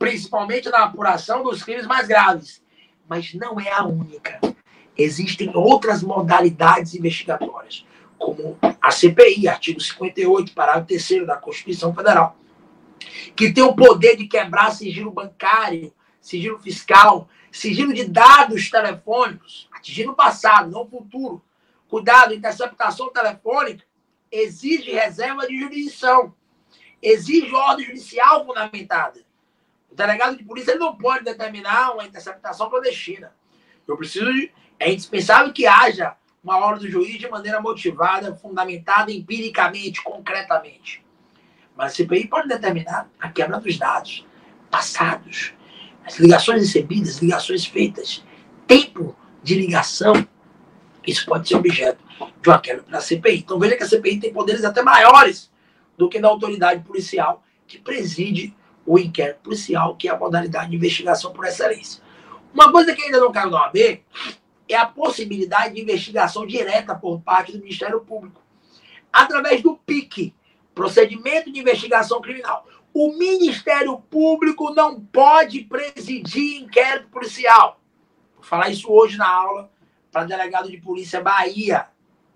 principalmente na apuração dos crimes mais graves. Mas não é a única. Existem outras modalidades investigatórias, como a C P I, artigo cinquenta e oito, parágrafo terceiro da Constituição Federal, que tem o poder de quebrar sigilo bancário, sigilo fiscal, sigilo de dados telefônicos, atingindo o passado, não o futuro. Cuidado, interceptação telefônica exige reserva de jurisdição, exige ordem judicial fundamentada. O delegado de polícia ele não pode determinar uma interceptação clandestina. Eu preciso de, é indispensável que haja uma ordem do juiz de maneira motivada, fundamentada empiricamente, concretamente. Mas a C P I pode determinar a quebra dos dados passados, as ligações recebidas, ligações feitas, tempo de ligação. Isso pode ser objeto de uma quebra da C P I. Então veja que a C P I tem poderes até maiores do que da autoridade policial que preside o inquérito policial, que é a modalidade de investigação por excelência. Uma coisa que ainda não caiu na O A B é a possibilidade de investigação direta por parte do Ministério Público, através do P I C, Procedimento de Investigação Criminal. O Ministério Público não pode presidir inquérito policial. Vou falar isso hoje na aula para delegado de Polícia Bahia,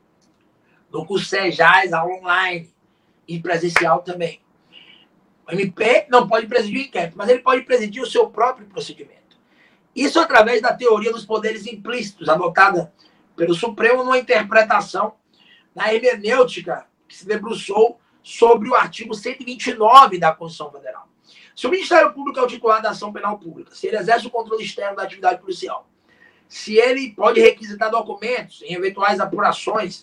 no curso SEJAS, aula online e presencial também. O M P não pode presidir o inquérito, mas ele pode presidir o seu próprio procedimento. Isso através da teoria dos poderes implícitos, adotada pelo Supremo numa interpretação na hermenêutica que se debruçou sobre o artigo cento e vinte e nove da Constituição Federal. Se o Ministério Público é o titular da ação penal pública, se ele exerce o controle externo da atividade policial, se ele pode requisitar documentos em eventuais apurações,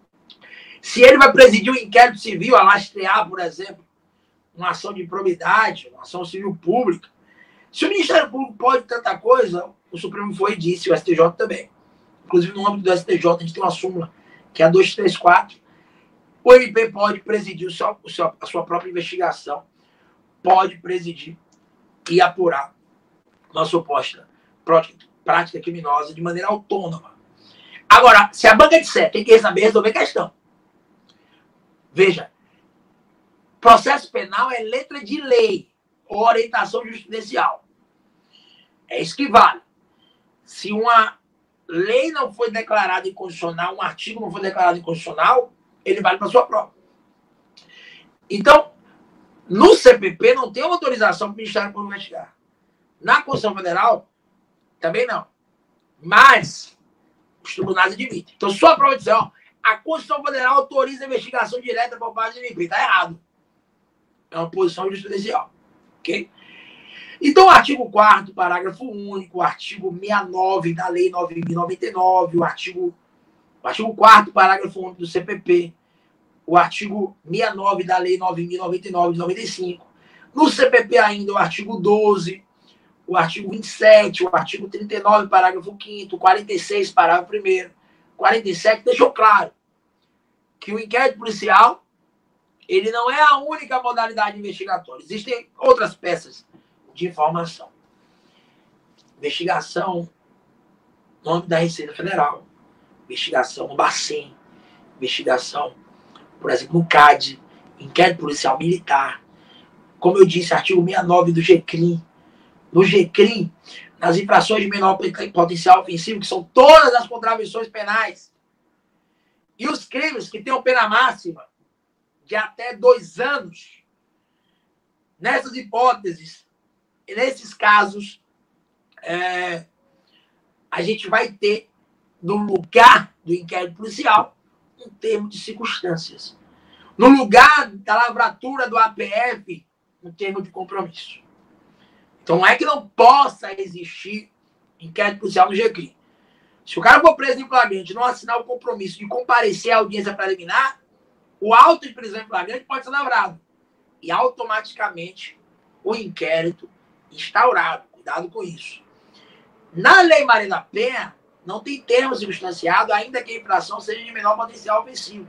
se ele vai presidir o inquérito civil, a lastrear, por exemplo, uma ação de improbidade, uma ação civil pública, se o Ministério Público pode tanta coisa, o Supremo foi e disse, o S T J também. Inclusive, no âmbito do S T J, a gente tem uma súmula, que é a duzentos e trinta e quatro. O M P pode presidir o seu, o seu, a sua própria investigação, pode presidir e apurar uma suposta prática criminosa de maneira autônoma. Agora, se a banca disser, tem que saber resolver a questão. Veja, processo penal é letra de lei ou orientação jurisprudencial. É isso que vale. Se uma lei não foi declarada inconstitucional, um artigo não foi declarado inconstitucional, ele vale para sua prova. Então, no C P P não tem uma autorização para o Ministério Público investigar. Na Constituição Federal, também não. Mas os tribunais admitem. Então, só a prova dizer, ó, a Constituição Federal autoriza a investigação direta por parte do M P. Está errado. É uma posição jurisprudencial. Ok? Então, o artigo quarto, parágrafo único, o artigo sessenta e nove da Lei nove mil e noventa e nove, o artigo, o artigo quarto, parágrafo único do C P P, o artigo sessenta e nove da Lei nove mil e noventa e nove de noventa e cinco, no C P P ainda o artigo doze, o artigo vinte e sete, o artigo trinta e nove, parágrafo quinto, quarenta e seis, parágrafo primeiro, quarenta e sete, deixou claro que o inquérito policial ele não é a única modalidade investigatória. Existem outras peças de informação. Investigação no âmbito da Receita Federal, investigação no Bacen, investigação, por exemplo, no C A D, inquérito policial militar. Como eu disse, artigo sessenta e nove do G C R I M. No G C R I M, nas infrações de menor potencial ofensivo, que são todas as contravenções penais, e os crimes que tenham pena máxima de até dois anos, nessas hipóteses, e nesses casos, é, a gente vai ter, no lugar do inquérito policial, um termo de circunstâncias. No lugar da lavratura do A P F, um termo de compromisso. Então, não é que não possa existir inquérito policial no G C R I M. Se o cara for preso em flagrante e não assinar o compromisso de comparecer à audiência preliminar, o auto de prisão em flagrante pode ser lavrado. E automaticamente o inquérito instaurado. Cuidado com isso. Na Lei Maria da Penha, não tem termo circunstanciado, ainda que a infração seja de menor potencial ofensivo.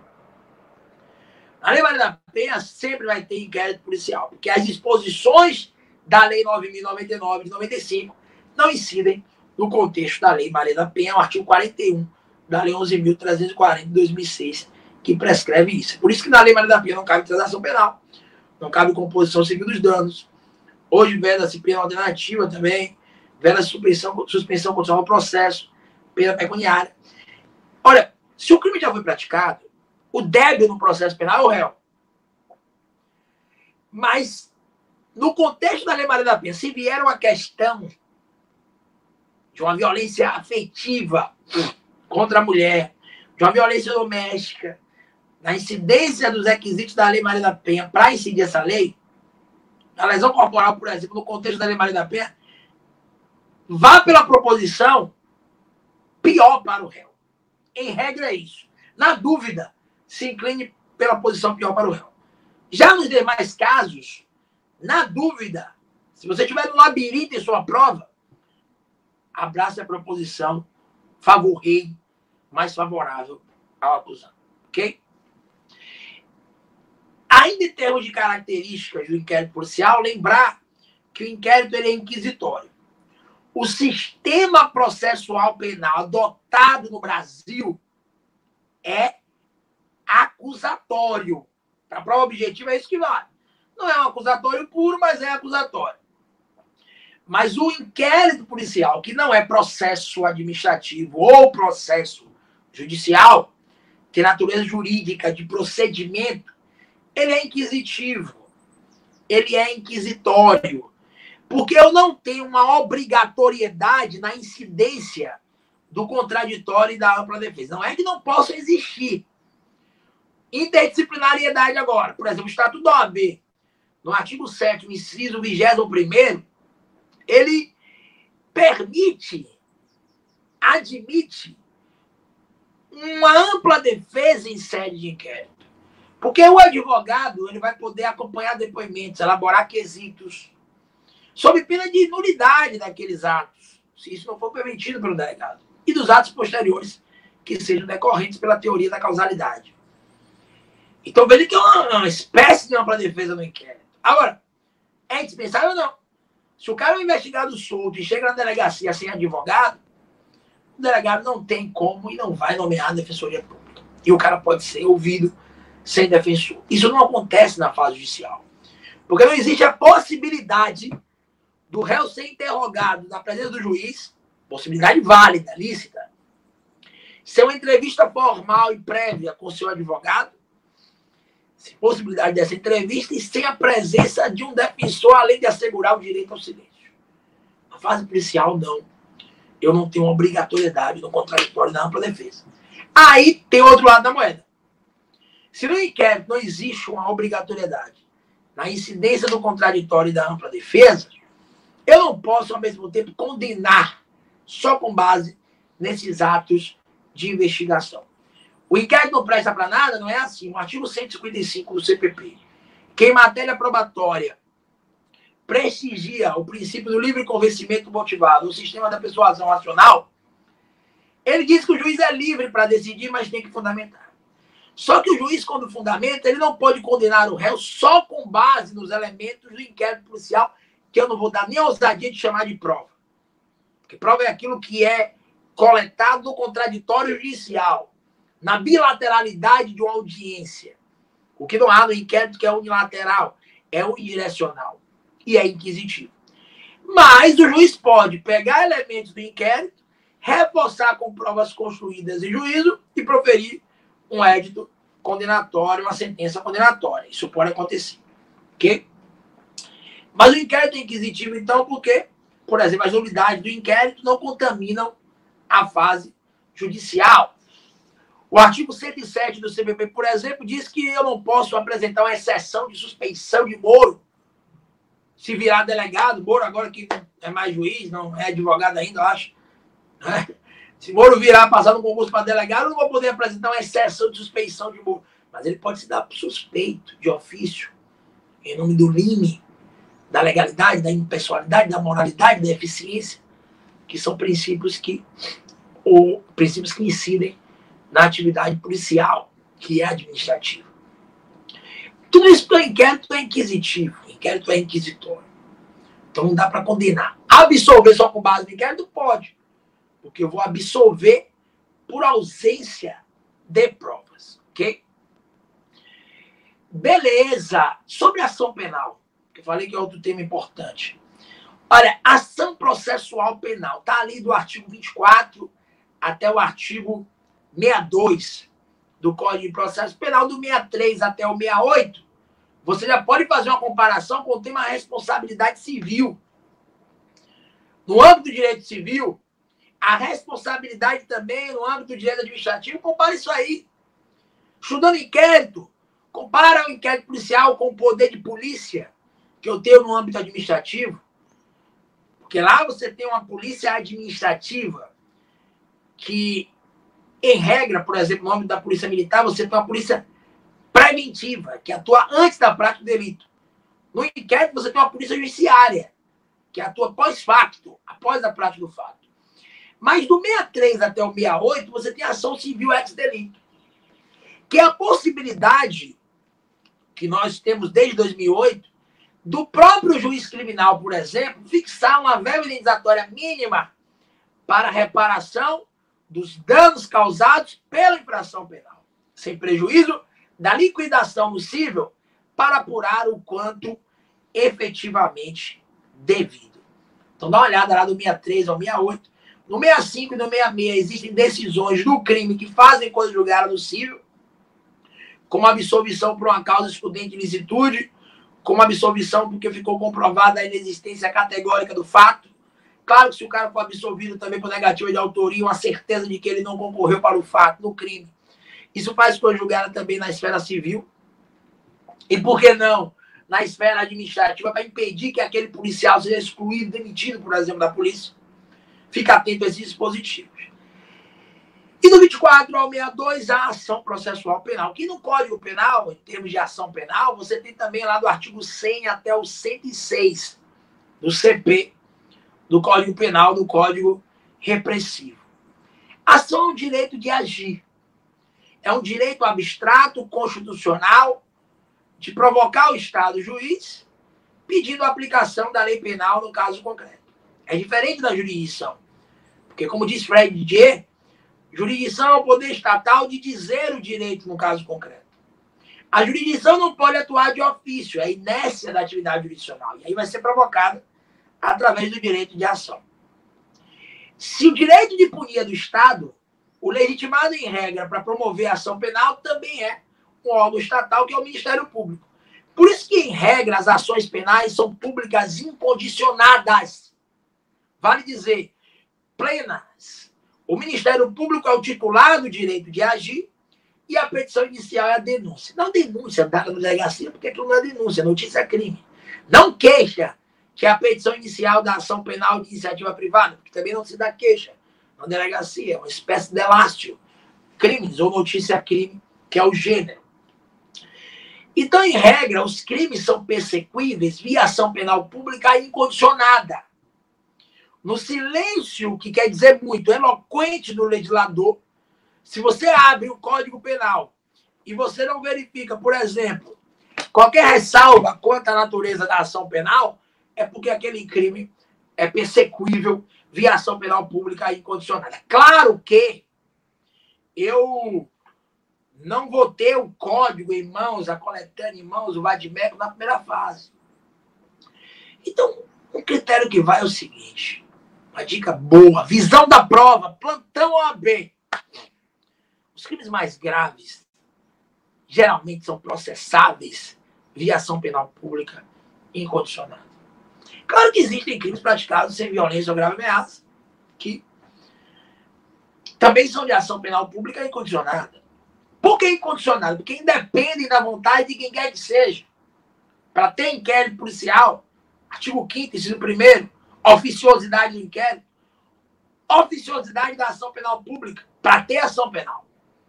Na Lei Maria da Penha sempre vai ter inquérito policial, porque as disposições da Lei nove mil e noventa e nove de noventa e cinco não incidem no contexto da Lei Maria da Penha, o artigo quarenta e um da Lei onze mil trezentos e quarenta de dois mil e seis, que prescreve isso. Por isso que na Lei Maria da Penha não cabe transação penal, não cabe composição civil dos danos, Hoje, veda-se pena alternativa também, veda-se suspensão, suspensão condicional ao processo, pena pecuniária. Olha, se o crime já foi praticado, o débil no processo penal é o réu. Mas, no contexto da Lei Maria da Penha, se vier uma questão de uma violência afetiva contra a mulher, de uma violência doméstica, na incidência dos requisitos da Lei Maria da Penha para incidir essa lei, a lesão corporal, por exemplo, no contexto da Lei Maria da Penha, vá pela proposição pior para o réu. Em regra é isso. Na dúvida, se incline pela posição pior para o réu. Já nos demais casos, na dúvida, se você estiver no labirinto em sua prova, abrace a proposição favor rei mais favorável ao acusado. Ok? Ainda em termos de características do inquérito policial, lembrar que o inquérito ele é inquisitório. O sistema processual penal adotado no Brasil é acusatório. Para a prova objetiva é isso que vale. Não é um acusatório puro, mas é acusatório. Mas o inquérito policial, que não é processo administrativo ou processo judicial, tem natureza jurídica de procedimento, ele é inquisitivo. Ele é inquisitório. Porque eu não tenho uma obrigatoriedade na incidência do contraditório e da ampla defesa. Não é que não possa existir interdisciplinariedade agora. Por exemplo, o Estatuto da O A B, no artigo sétimo, inciso vigésimo primeiro, ele permite, admite uma ampla defesa em sede de inquérito. Porque o advogado ele vai poder acompanhar depoimentos, elaborar quesitos, sob pena de nulidade daqueles atos, se isso não for permitido pelo delegado, e dos atos posteriores que sejam decorrentes pela teoria da causalidade. Então, veja que é uma, uma espécie de ampla defesa no inquérito. Agora, é indispensável ou não? Se o cara é um investigado solto e chega na delegacia sem advogado, o delegado não tem como e não vai nomear a defensoria pública. E o cara pode ser ouvido sem defensor. Isso não acontece na fase judicial. Porque não existe a possibilidade do réu ser interrogado na presença do juiz, possibilidade válida, lícita, ser uma entrevista formal e prévia com o seu advogado, sem possibilidade dessa entrevista e sem a presença de um defensor, além de assegurar o direito ao silêncio. Na fase policial, não. Eu não tenho uma obrigatoriedade no contraditório da ampla defesa. Aí tem outro lado da moeda. Se no inquérito não existe uma obrigatoriedade na incidência do contraditório e da ampla defesa, eu não posso, ao mesmo tempo, condenar só com base nesses atos de investigação. O inquérito não presta para nada, não é assim. O artigo cento e cinquenta e cinco do C P P, que em matéria probatória prestigia o princípio do livre convencimento motivado, o sistema da persuasão racional, ele diz que o juiz é livre para decidir, mas tem que fundamentar. Só que o juiz, quando fundamenta, ele não pode condenar o réu só com base nos elementos do inquérito policial, que eu não vou dar nem a ousadia de chamar de prova. Porque prova é aquilo que é coletado no contraditório judicial, na bilateralidade de uma audiência. O que não há no inquérito que é unilateral, é unidirecional e é inquisitivo. Mas o juiz pode pegar elementos do inquérito, reforçar com provas construídas em juízo e proferir um édito condenatório, uma sentença condenatória. Isso pode acontecer. Ok? Mas o inquérito é inquisitivo, então, porque, por exemplo, as nulidades do inquérito não contaminam a fase judicial. O artigo cento e sete do C P P, por exemplo, diz que eu não posso apresentar uma exceção de suspeição de Moro se virar delegado. Moro agora que não é mais juiz, não é advogado ainda, eu acho. Né? Se Moro virar, passar no concurso para delegado, eu não vou poder apresentar uma exceção de suspeição de Moro. Mas ele pode se dar suspeito de ofício, em nome do lime, da legalidade, da impessoalidade, da moralidade, da eficiência, que são princípios que, ou princípios que incidem na atividade policial, que é administrativa. Tudo isso para o inquérito é inquisitivo, o inquérito é inquisitório. Então não dá para condenar. Absolver só com base no inquérito? Pode, porque eu vou absolver por ausência de provas, ok? Beleza. Sobre a ação penal, que eu falei que é outro tema importante. Olha, ação processual penal, está ali do artigo vinte e quatro até o artigo sessenta e dois do Código de Processo Penal, do sessenta e três até o sessenta e oito, você já pode fazer uma comparação com o tema responsabilidade civil. No âmbito do direito civil, a responsabilidade também no âmbito do direito administrativo, compara isso aí. Estudando inquérito, compara o inquérito policial com o poder de polícia que eu tenho no âmbito administrativo. Porque lá você tem uma polícia administrativa que, em regra, por exemplo, no âmbito da polícia militar, você tem uma polícia preventiva, que atua antes da prática do delito. No inquérito, você tem uma polícia judiciária, que atua pós-facto, após a prática do fato. Mas do sessenta e três até o sessenta e oito, você tem ação civil ex-delito, que é a possibilidade que nós temos desde dois mil e oito, do próprio juiz criminal, por exemplo, fixar uma verba indenizatória mínima para a reparação dos danos causados pela infração penal, sem prejuízo da liquidação possível, para apurar o quanto efetivamente devido. Então dá uma olhada lá do sessenta e três ao sessenta e oito. No sessenta e cinco e no sessenta e seis existem decisões do crime que fazem coisa julgada no cível, como absolvição por uma causa excludente de ilicitude, como absolvição porque ficou comprovada a inexistência categórica do fato. Claro que se o cara for absolvido também por negativa de autoria, uma certeza de que ele não concorreu para o fato, no crime. Isso faz coisa julgada também na esfera civil. E por que não na esfera administrativa, para impedir que aquele policial seja excluído, demitido, por exemplo, da polícia. Fica atento a esses dispositivos. E do vinte e quatro ao sessenta e dois, a ação processual penal. Que no Código Penal, em termos de ação penal, você tem também lá do artigo cem até o cento e seis do C P, do Código Penal, do Código Repressivo. Ação é um direito de agir. É um direito abstrato, constitucional, de provocar o Estado juiz, pedindo a aplicação da lei penal no caso concreto. É diferente da jurisdição. Porque, como diz Fred Didier, jurisdição é o poder estatal de dizer o direito no caso concreto. A jurisdição não pode atuar de ofício, é a inércia da atividade jurisdicional. E aí vai ser provocada através do direito de ação. Se o direito de punir é do Estado, o legitimado em regra para promover a ação penal também é um órgão estatal, que é o Ministério Público. Por isso que, em regra, as ações penais são públicas incondicionadas. Vale dizer, plenas. O Ministério Público é o titular do direito de agir e a petição inicial é a denúncia. Não denúncia dada na delegacia, porque aquilo não é denúncia, notícia é crime. Não queixa, que é a petição inicial da ação penal de iniciativa privada, porque também não se dá queixa na delegacia, é uma espécie de elástio. Crimes ou notícia crime, que é o gênero. Então, em regra, os crimes são persequíveis via ação penal pública incondicionada. No silêncio, que quer dizer muito, eloquente do legislador, se você abre o Código Penal e você não verifica, por exemplo, qualquer ressalva quanto à natureza da ação penal, é porque aquele crime é persequível via ação penal pública incondicionada. Claro que eu não vou ter o código em mãos, a coletânea em mãos, o vadimécum na primeira fase. Então, o critério que vai é o seguinte, uma dica boa, visão da prova, plantão O A B. Os crimes mais graves geralmente são processáveis via ação penal pública incondicionada. Claro que existem crimes praticados sem violência ou grave ameaça, que também são de ação penal pública incondicionada. Por que incondicionado? Porque independem da vontade de quem quer que seja. Para ter inquérito policial, artigo quinto, inciso primeiro, oficiosidade do inquérito, oficiosidade da ação penal pública, para ter ação penal.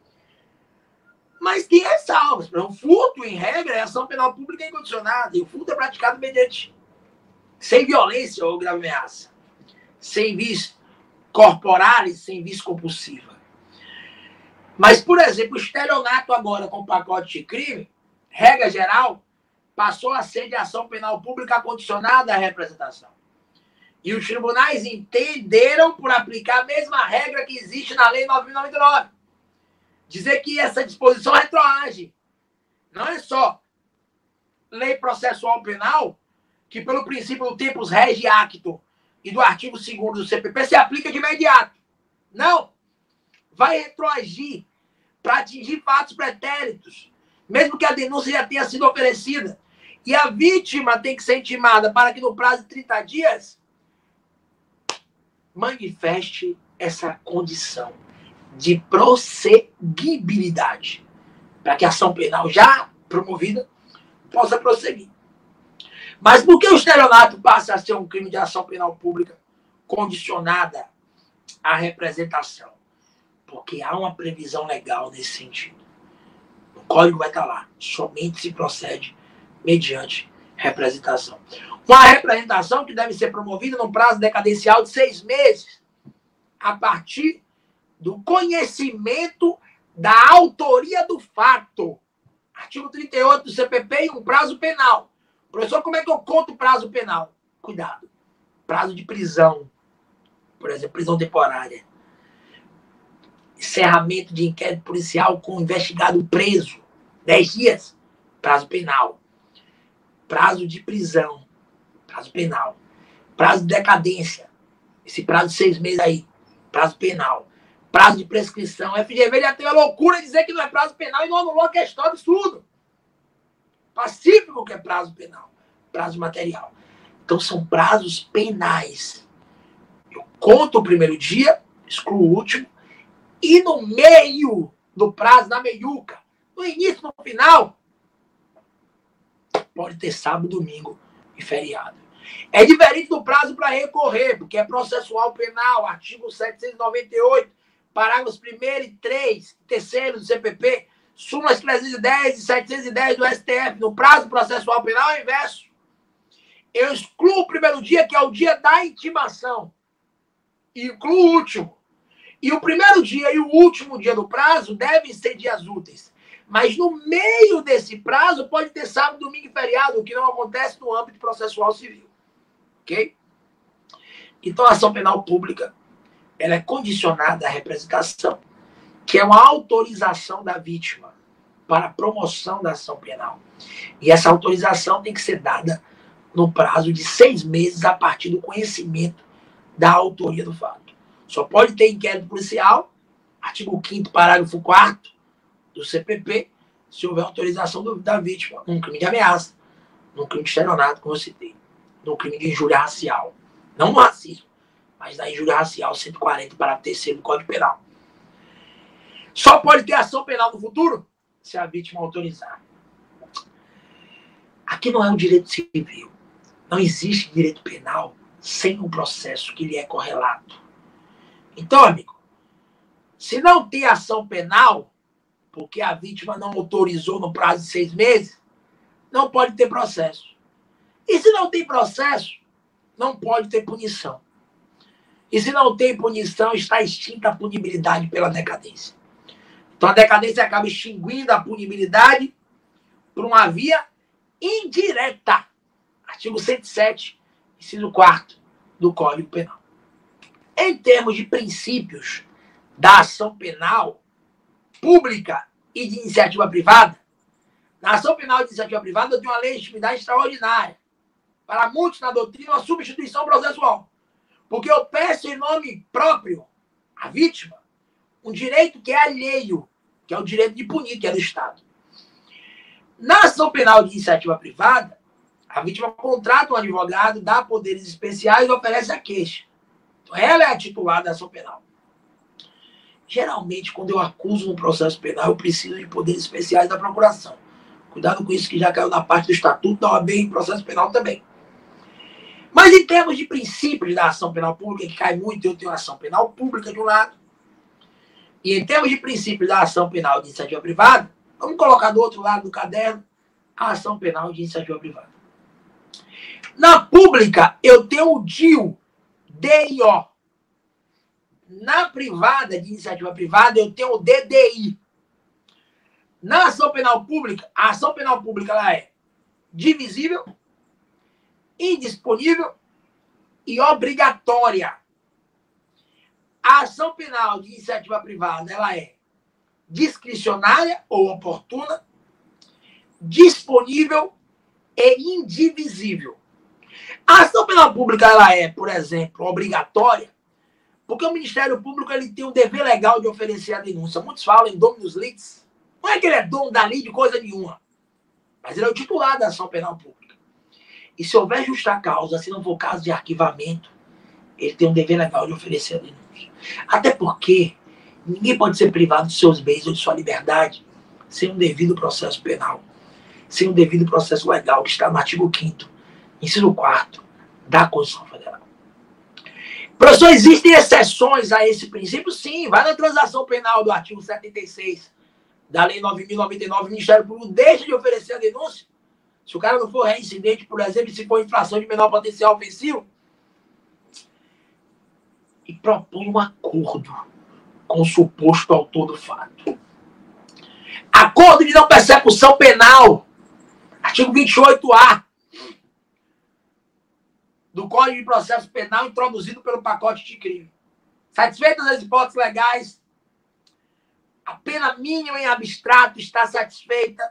Mas tem ressalvas. O furto, em regra, é ação penal pública incondicionada. E o furto é praticado mediante sem violência ou grave ameaça, sem vis corporais, sem vis compulsiva. Mas, por exemplo, o estelionato agora com o pacote de crime, regra geral, passou a ser de ação penal pública condicionada à representação. E os tribunais entenderam por aplicar a mesma regra que existe na Lei nove mil e noventa e nove. Dizer que essa disposição retroage. Não é só lei processual penal, que pelo princípio do tempus regi acto e do artigo segundo do C P P se aplica de imediato. Não. Vai retroagir para atingir fatos pretéritos, mesmo que a denúncia já tenha sido oferecida. E a vítima tem que ser intimada para que no prazo de trinta dias manifeste essa condição de prosseguibilidade, para que a ação penal já promovida possa prosseguir. Mas por que o estelionato passa a ser um crime de ação penal pública condicionada à representação? Porque há uma previsão legal nesse sentido. O código vai estar lá. Somente se procede mediante representação. Uma representação que deve ser promovida num prazo decadencial de seis meses, a partir do conhecimento da autoria do fato. Artigo trinta e oito do C P P e um prazo penal. Professor, como é que eu conto o prazo penal? Cuidado. Prazo de prisão. Por exemplo, prisão temporária. Encerramento de inquérito policial com o investigado preso. Dez dias. Prazo penal. Prazo de prisão. Prazo penal. Prazo de decadência. Esse prazo de seis meses aí. Prazo penal. Prazo de prescrição. F G V já tem a loucura de dizer que não é prazo penal e não anulou a questão, absurdo. Pacífico que é prazo penal. Prazo material. Então são prazos penais. Eu conto o primeiro dia, excluo o último, e no meio do prazo, na meiuca, no início, no final, pode ter sábado, domingo e feriado. É diferente do prazo para recorrer, porque é processual penal, artigo setecentos e noventa e oito, parágrafos primeiro e três, terceiro do C P P, súmulas trezentos e dez e setecentos e dez do S T F. No prazo processual penal é o inverso. Eu excluo o primeiro dia, que é o dia da intimação, e incluo o último. E o primeiro dia e o último dia do prazo devem ser dias úteis. Mas no meio desse prazo pode ter sábado, domingo e feriado, o que não acontece no âmbito processual civil. Ok? Então a ação penal pública ela é condicionada à representação, que é uma autorização da vítima para a promoção da ação penal. E essa autorização tem que ser dada no prazo de seis meses a partir do conhecimento da autoria do fato. Só pode ter inquérito policial, artigo quinto, parágrafo quarto do C P P, se houver autorização do, da vítima, num crime de ameaça, num crime de estelionato, como eu citei, num crime de injúria racial. Não no racismo, mas na injúria racial, cento e quarenta, parágrafo terceiro do Código Penal. Só pode ter ação penal no futuro se a vítima autorizar. Aqui não é um direito civil. Não existe direito penal sem um processo que lhe é correlato. Então, amigo, se não tem ação penal, porque a vítima não autorizou no prazo de seis meses, não pode ter processo. E se não tem processo, não pode ter punição. E se não tem punição, está extinta a punibilidade pela decadência. Então a decadência acaba extinguindo a punibilidade por uma via indireta. Artigo cento e sete, inciso quarto do Código Penal. Em termos de princípios da ação penal pública e de iniciativa privada, na ação penal de iniciativa privada eu tenho uma legitimidade extraordinária. Para muitos na doutrina, uma substituição processual. Porque eu peço em nome próprio à vítima um direito que é alheio, que é o direito de punir, que é do Estado. Na ação penal de iniciativa privada, a vítima contrata um advogado, dá poderes especiais e oferece a queixa. Então, ela é a titular da ação penal. Geralmente, quando eu acuso no processo penal, eu preciso de poderes especiais da procuração. Cuidado com isso, que já caiu na parte do Estatuto da O A B em processo penal também. Mas em termos de princípios da ação penal pública, que cai muito, eu tenho a ação penal pública de um lado. E em termos de princípios da ação penal de iniciativa privada, vamos colocar do outro lado do caderno a ação penal de iniciativa privada. Na pública, eu tenho o D I U, D I O. Na privada, de iniciativa privada, eu tenho o D D I. Na ação penal pública, a ação penal pública ela é divisível, indisponível e obrigatória. A ação penal de iniciativa privada ela é discricionária ou oportuna, disponível e indivisível. A ação penal pública, ela é, por exemplo, obrigatória, porque o Ministério Público ele tem o dever legal de oferecer a denúncia. Muitos falam em dominus litis. Não é que ele é dono da lei de coisa nenhuma, mas ele é o titular da ação penal pública. E se houver justa causa, se não for caso de arquivamento, ele tem um dever legal de oferecer a denúncia. Até porque ninguém pode ser privado de seus bens ou de sua liberdade sem um devido processo penal, sem um devido processo legal, que está no artigo quinto, inciso quarto da Constituição Federal. Professor, existem exceções a esse princípio? Sim, vai na transação penal do artigo setenta e seis da Lei nove mil e noventa e nove, o Ministério Público deixa de oferecer a denúncia. Se o cara não for reincidente, por exemplo, se for infração de menor potencial ofensivo, e propõe um acordo com o suposto autor do fato. Acordo de não persecução penal, artigo vinte e oito A do Código de Processo Penal, introduzido pelo pacote de crime. Satisfeitas as hipóteses legais, a pena mínima em abstrato está satisfeita,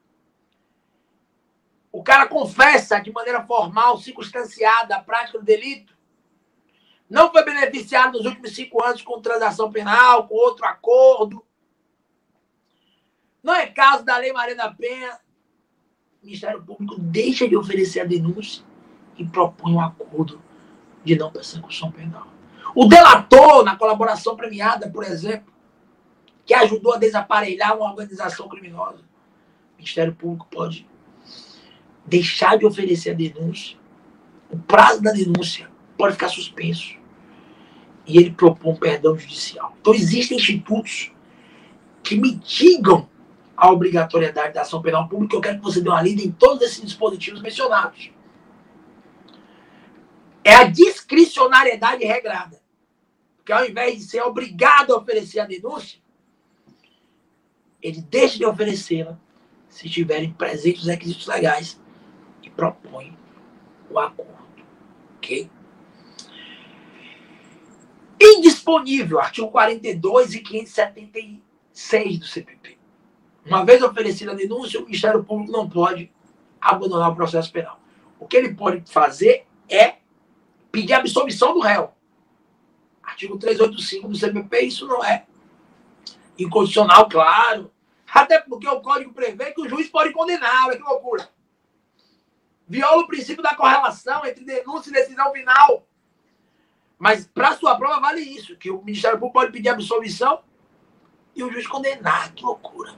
o cara confessa de maneira formal, circunstanciada, a prática do delito, não foi beneficiado nos últimos cinco anos com transação penal, com outro acordo. Não é caso da Lei Maria da Penha. O Ministério Público deixa de oferecer a denúncia e propõe um acordo de não persecução penal. O delator, na colaboração premiada, por exemplo, que ajudou a desaparelhar uma organização criminosa, o Ministério Público pode deixar de oferecer a denúncia, o prazo da denúncia pode ficar suspenso e ele propõe um perdão judicial. Então existem institutos que mitigam a obrigatoriedade da ação penal pública. Eu quero que você dê uma lida em todos esses dispositivos mencionados. É a discricionariedade regrada. Porque ao invés de ser obrigado a oferecer a denúncia, ele deixa de oferecê-la se estiverem presentes os requisitos legais e propõe o acordo. Ok? Indisponível, artigo quarenta e dois e quinhentos e setenta e seis do C P P. Uma vez oferecida a denúncia, o Ministério Público não pode abandonar o processo penal. O que ele pode fazer é pedir a absolvição do réu. Artigo trezentos e oitenta e cinco do C P P, isso não é incondicional, claro. Até porque o Código prevê que o juiz pode condenar. Olha que loucura. Viola o princípio da correlação entre denúncia e decisão final. Mas para sua prova vale isso, que o Ministério Público pode pedir absolvição e o juiz condenar. Que loucura.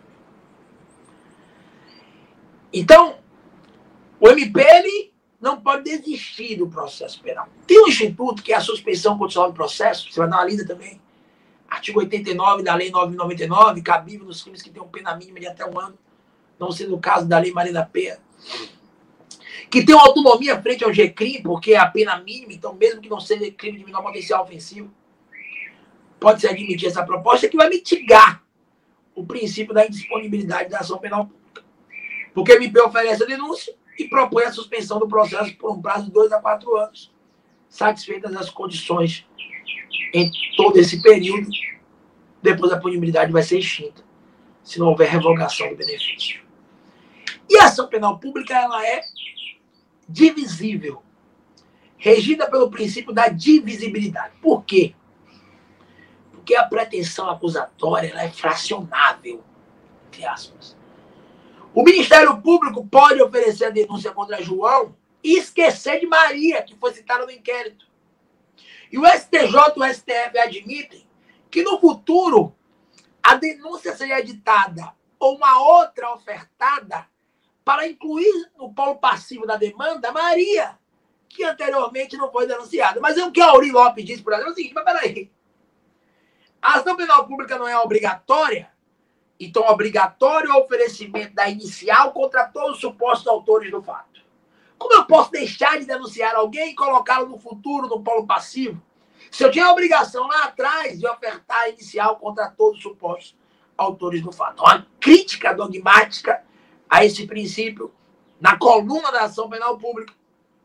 Então, o M P ele não pode desistir do processo penal. Tem um instituto que é a suspensão condicional do processo, você vai dar uma lida também. Artigo oitenta e nove da Lei nove mil e noventa e nove, cabível nos crimes que têm pena mínima de até um ano, não sendo o caso da Lei Maria da Penha. Que tem uma autonomia frente ao G C R I M, porque é a pena mínima, então mesmo que não seja crime de menor potencial ofensivo, pode-se admitir essa proposta que vai mitigar o princípio da indisponibilidade da ação penal pública. Porque o M P oferece a denúncia e propõe a suspensão do processo por um prazo de dois a quatro anos, satisfeitas as condições em todo esse período. Depois a punibilidade vai ser extinta, se não houver revogação do benefício. E a ação penal pública, ela é divisível, regida pelo princípio da divisibilidade. Por quê? Porque a pretensão acusatória ela é fracionável, entre aspas. O Ministério Público pode oferecer a denúncia contra João e esquecer de Maria, que foi citada no inquérito. E o S T J e o S T F admitem que no futuro a denúncia seja editada ou uma outra ofertada para incluir no polo passivo da demanda Maria, que anteriormente não foi denunciada. Mas o que a Auri Lopes disse, por exemplo, é o seguinte, mas peraí. A ação penal pública não é obrigatória? Então, obrigatório é o oferecimento da inicial contra todos os supostos autores do fato. Como eu posso deixar de denunciar alguém e colocá-lo no futuro no polo passivo? Se eu tinha a obrigação lá atrás de ofertar a inicial contra todos os supostos autores do fato. Uma crítica dogmática a esse princípio na coluna da ação penal pública.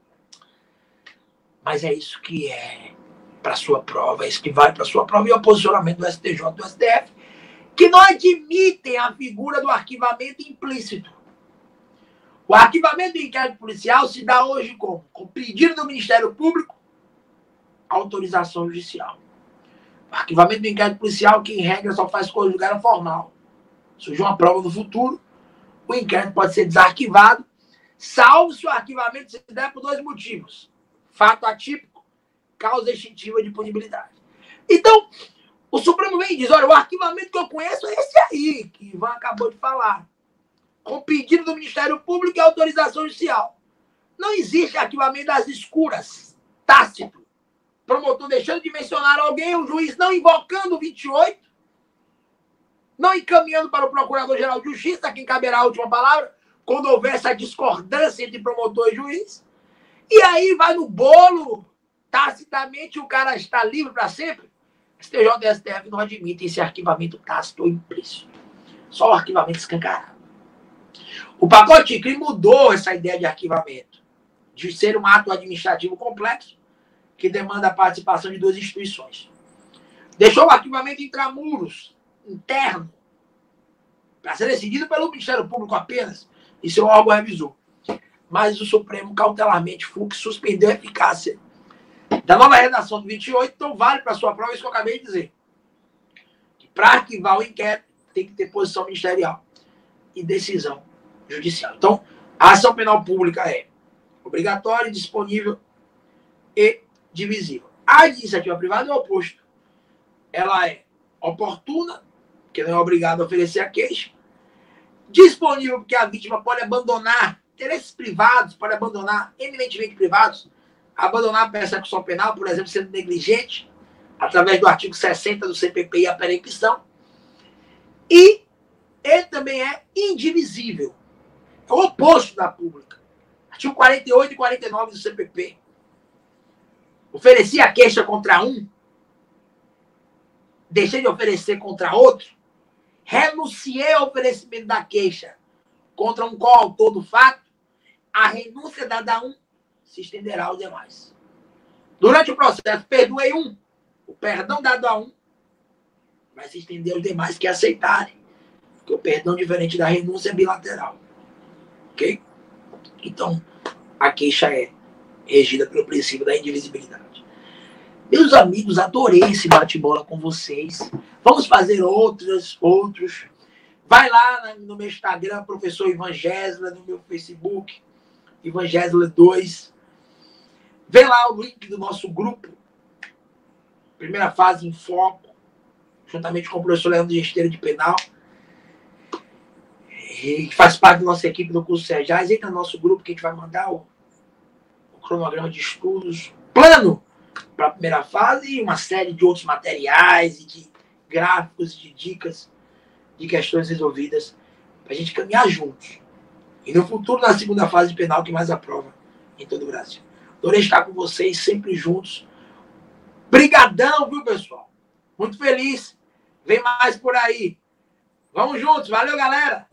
Mas é isso que é para sua prova, é isso que vai para sua prova e o posicionamento do S T J e do S T F, que não admitem a figura do arquivamento implícito. O arquivamento do inquérito policial se dá hoje como? Com pedido do Ministério Público, autorização judicial. O arquivamento do inquérito policial, que em regra só faz com julgado formal. Surgiu uma prova no futuro, o inquérito pode ser desarquivado, salvo se o arquivamento se der por dois motivos. Fato atípico, causa extintiva de punibilidade. Então, o Supremo vem e diz, olha, o arquivamento que eu conheço é esse aí, que Ivan acabou de falar. Com pedido do Ministério Público e autorização judicial. Não existe arquivamento das escuras, tácito. Promotor deixando de mencionar alguém, o juiz não invocando o vinte e oito, não encaminhando para o Procurador-Geral de Justiça, a quem caberá a última palavra, quando houver essa discordância entre promotor e juiz. E aí vai no bolo, tacitamente o cara está livre para sempre. S T J e S T F não admitem esse arquivamento tácito ou implícito. Só o arquivamento escancarado. O pacote de crime mudou essa ideia de arquivamento, de ser um ato administrativo complexo, que demanda a participação de duas instituições. Deixou o arquivamento intramuros, interno, para ser decidido pelo Ministério Público apenas, e seu órgão revisor. Mas o Supremo, cautelarmente, Fux, suspendeu a eficácia da nova redação do vinte e oito, então vale para a sua prova isso que eu acabei de dizer. Para arquivar o inquérito, tem que ter posição ministerial e decisão judicial. Então, a ação penal pública é obrigatória, disponível e divisível. A iniciativa privada é o oposto. Ela é oportuna, porque não é obrigado a oferecer a queixa. Disponível, porque a vítima pode abandonar interesses privados, pode abandonar, eminentemente privados, abandonar a persecução penal, por exemplo, sendo negligente, através do artigo sessenta do C P P I, a perempção. E ele também é indivisível. É o oposto da pública. Artigo quarenta e oito e quarenta e nove do C P P. Ofereci a queixa contra um, deixei de oferecer contra outro, renunciei ao oferecimento da queixa contra um coautor do fato, a renúncia dada a um se estenderá aos demais. Durante o processo, perdoei um, o perdão dado a um vai se estender aos demais que aceitarem, porque o perdão, diferente da renúncia, é bilateral. Ok? Então, a queixa é regida pelo princípio da indivisibilidade. Meus amigos, adorei esse bate-bola com vocês. Vamos fazer outros, outros. Vai lá no meu Instagram, professor Ivan Gesler, no meu Facebook, Ivan Gesler dois. Vê lá o link do nosso grupo, Primeira Fase em Foco, juntamente com o professor Leandro Gesteira de Penal, que faz parte da nossa equipe do curso Serjais. Entra no nosso grupo que a gente vai mandar o, o cronograma de estudos, plano para a primeira fase e uma série de outros materiais e de gráficos, de dicas, de questões resolvidas para a gente caminhar juntos. E no futuro, na segunda fase de penal, que mais aprova em todo o Brasil. Adorei estar com vocês, sempre juntos. Brigadão, viu, pessoal? Muito feliz. Vem mais por aí. Vamos juntos. Valeu, galera.